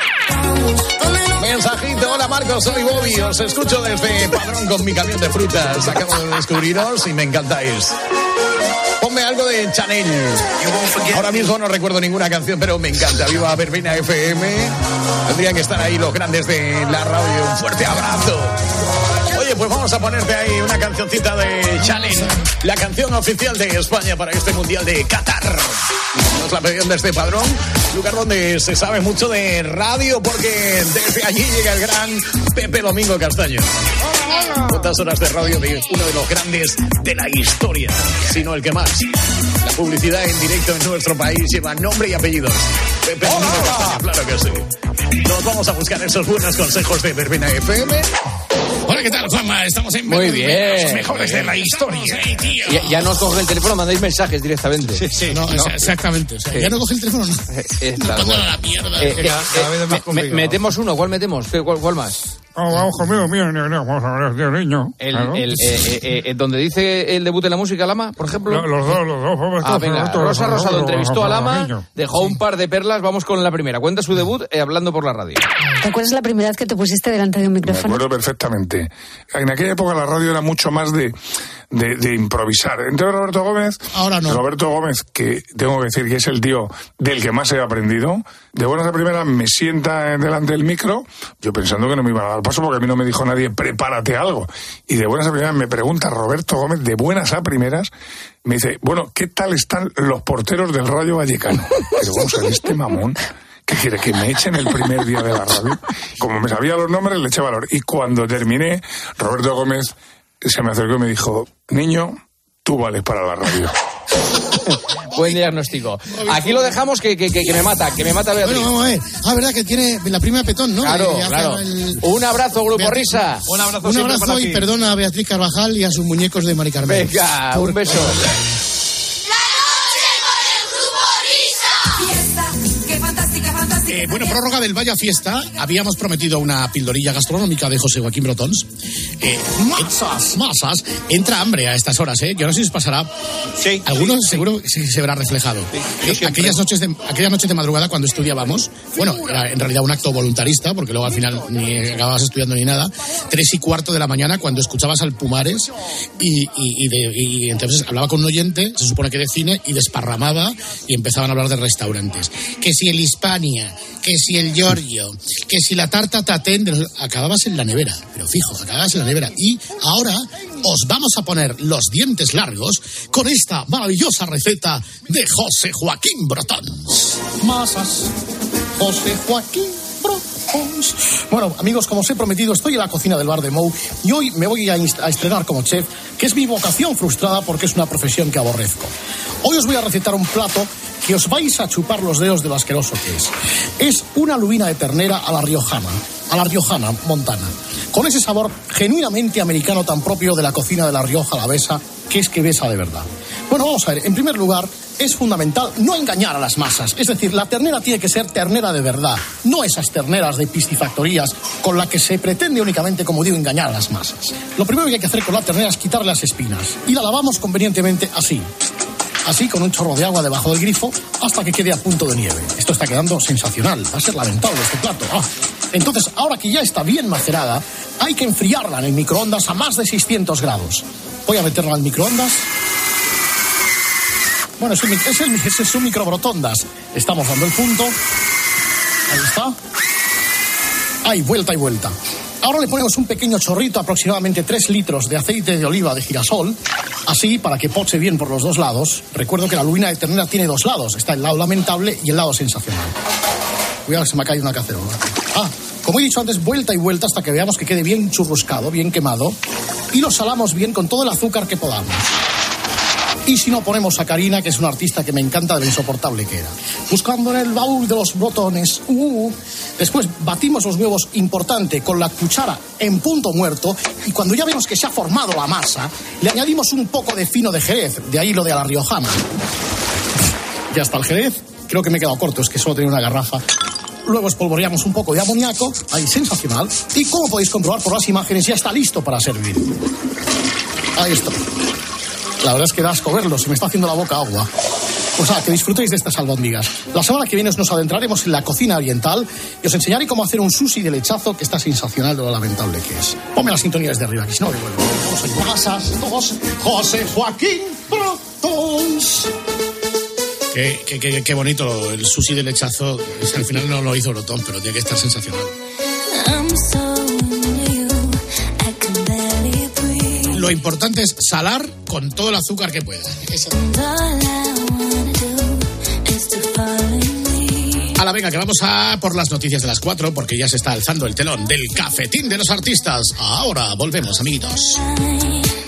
Mensajito, hola Marcos, soy Bobby, os escucho desde Padrón con mi camión de frutas. Acabo de descubriros y me encantáis. Ponme algo de Chanel. Ahora mismo no recuerdo ninguna canción, pero me encanta. Viva Verbena FM. Tendrían que estar ahí los grandes de la radio. Un fuerte abrazo. Oye, pues vamos a ponerte ahí una cancioncita de Chanel, la canción oficial de España para este Mundial de Qatar. Nos la pedían desde Padrón, lugar donde se sabe mucho de radio, porque desde allí llega el gran Pepe Domingo Castaño. ¿Cuántas horas de radio de uno de los grandes de la historia? Si no el que más. La publicidad en directo en nuestro país lleva nombre y apellidos. Pepe Domingo Castaño, claro que sí. Nos vamos a buscar esos buenos consejos de Verbena FM. Hola, ¿qué tal, Juanma? Estamos en Muy bien. Los mejores de la historia. Ya no os cogen el teléfono, mandáis mensajes directamente. Sí. No, exactamente. O sea, ya no coge el teléfono. Mándanos a la mierda. Metemos uno. ¿Cuál metemos? ¿Cuál más? Vamos conmigo, vamos a ver, niño. Donde dice el debut de la música, Lama, por ejemplo. Los dos. Venga, Rosa Rosado entrevistó a Lama, dejó un par de perlas, vamos con la primera. Cuenta su debut hablando por la radio. ¿Te acuerdas la primera vez que te pusiste delante de un micrófono? Me acuerdo perfectamente. En aquella época la radio era mucho más de improvisar. Entonces Roberto Gómez... Ahora no. Roberto Gómez, que tengo que decir que es el tío del que más he aprendido, de buenas a primeras me sienta delante del micro, yo pensando que no me iban a dar paso porque a mí no me dijo nadie, prepárate algo. Y de buenas a primeras me pregunta Roberto Gómez, de buenas a primeras, me dice, bueno, ¿qué tal están los porteros del Rayo Vallecano? Pero vamos a ver, este mamón... ¿Qué quiere? ¿Que me echen el primer día de la radio? Como me sabía los nombres, le eché valor. Y cuando terminé, Roberto Gómez se me acercó y me dijo, niño, tú vales para la radio. Buen diagnóstico. Aquí lo dejamos que me mata Beatriz. Bueno, vamos a ver. ¿Verdad que tiene la prima de Petón, no? Claro. Un abrazo, Grupo Risa. Un abrazo y perdona a Beatriz Carvajal y a sus muñecos de Mari Carmen. Venga, un beso. Bueno, prórroga del Vaya Fiesta. Habíamos prometido una pildorilla gastronómica de José Joaquín Brotons. Masas. Entra hambre a estas horas, ¿eh? Yo no sé si os pasará. Sí. Algunos seguro se verá reflejado. Sí, aquellas noches de madrugada cuando estudiábamos, bueno, era en realidad un acto voluntarista, porque luego al final ni acababas estudiando ni nada. 3:15 de la mañana cuando escuchabas al Pumares y entonces hablaba con un oyente, se supone que de cine, y desparramaba y empezaban a hablar de restaurantes. Que si el Hispania, que si el Giorgio, que si la tarta tatén, acababas en la nevera, pero fijo, acababas en la nevera. Y ahora os vamos a poner los dientes largos con esta maravillosa receta de José Joaquín Brotons. Masas, José Joaquín Brotons. Bueno, amigos, como os he prometido, estoy en la cocina del bar de Mou y hoy me voy a estrenar como chef, que es mi vocación frustrada porque es una profesión que aborrezco. Hoy os voy a recetar un plato que os vais a chupar los dedos de lo asqueroso que es. Es una lubina de ternera a la riojana montana, con ese sabor genuinamente americano tan propio de la cocina de la Rioja alavesa, qué es que besa de verdad. Bueno, vamos a ver. En primer lugar, es fundamental no engañar a las masas. Es decir, la ternera tiene que ser ternera de verdad, no esas terneras de piscifactorías con las que se pretende únicamente, como digo, engañar a las masas. Lo primero que hay que hacer con la ternera es quitarle las espinas y la lavamos convenientemente así, con un chorro de agua debajo del grifo hasta que quede a punto de nieve. Esto está quedando sensacional, va a ser lamentable este plato. Entonces, ahora que ya está bien macerada, hay que enfriarla en el microondas a más de 600 grados. Voy a meterla al microondas. Bueno, es un microbrotondas. Estamos dando el punto. Ahí está. Ahí, vuelta y vuelta. Ahora le ponemos un pequeño chorrito, aproximadamente 3 litros de aceite de oliva de girasol, así para que poche bien por los dos lados. Recuerdo que la lubina de ternera tiene 2 lados. Está el lado lamentable y el lado sensacional. Cuidado que se me ha caído una cacerola. Como he dicho antes, vuelta y vuelta hasta que veamos que quede bien churruscado, bien quemado. Y lo salamos bien con todo el azúcar que podamos. Y si no, ponemos a Karina, que es una artista que me encanta de lo insoportable que era. Buscando en el baúl de los botones. Después batimos los huevos, importante, con la cuchara en punto muerto. Y cuando ya vemos que se ha formado la masa, le añadimos un poco de fino de Jerez. De ahí lo de la riojana. Ya está el Jerez. Creo que me he quedado corto, es que solo tenía una garrafa. Luego espolvoreamos un poco de amoníaco. Ahí, sensacional. Y como podéis comprobar por las imágenes, ya está listo para servir. Ahí está. La verdad es que da asco verlo, se me está haciendo la boca agua. O sea, que disfrutéis de estas albóndigas. La semana que viene nos adentraremos en la cocina oriental y os enseñaré cómo hacer un sushi de lechazo que está sensacional de lo lamentable que es. Ponme las sintonías de arriba, que si no devuelvo. Soy José Joaquín Brotons. Qué bonito el sushi de lechazo. Al final no lo hizo Brotón, pero tiene que estar sensacional. Lo importante es salar con todo el azúcar que pueda. Hala, venga, que vamos a por las noticias de las 4, porque ya se está alzando el telón del cafetín de los artistas. Ahora volvemos, amiguitos.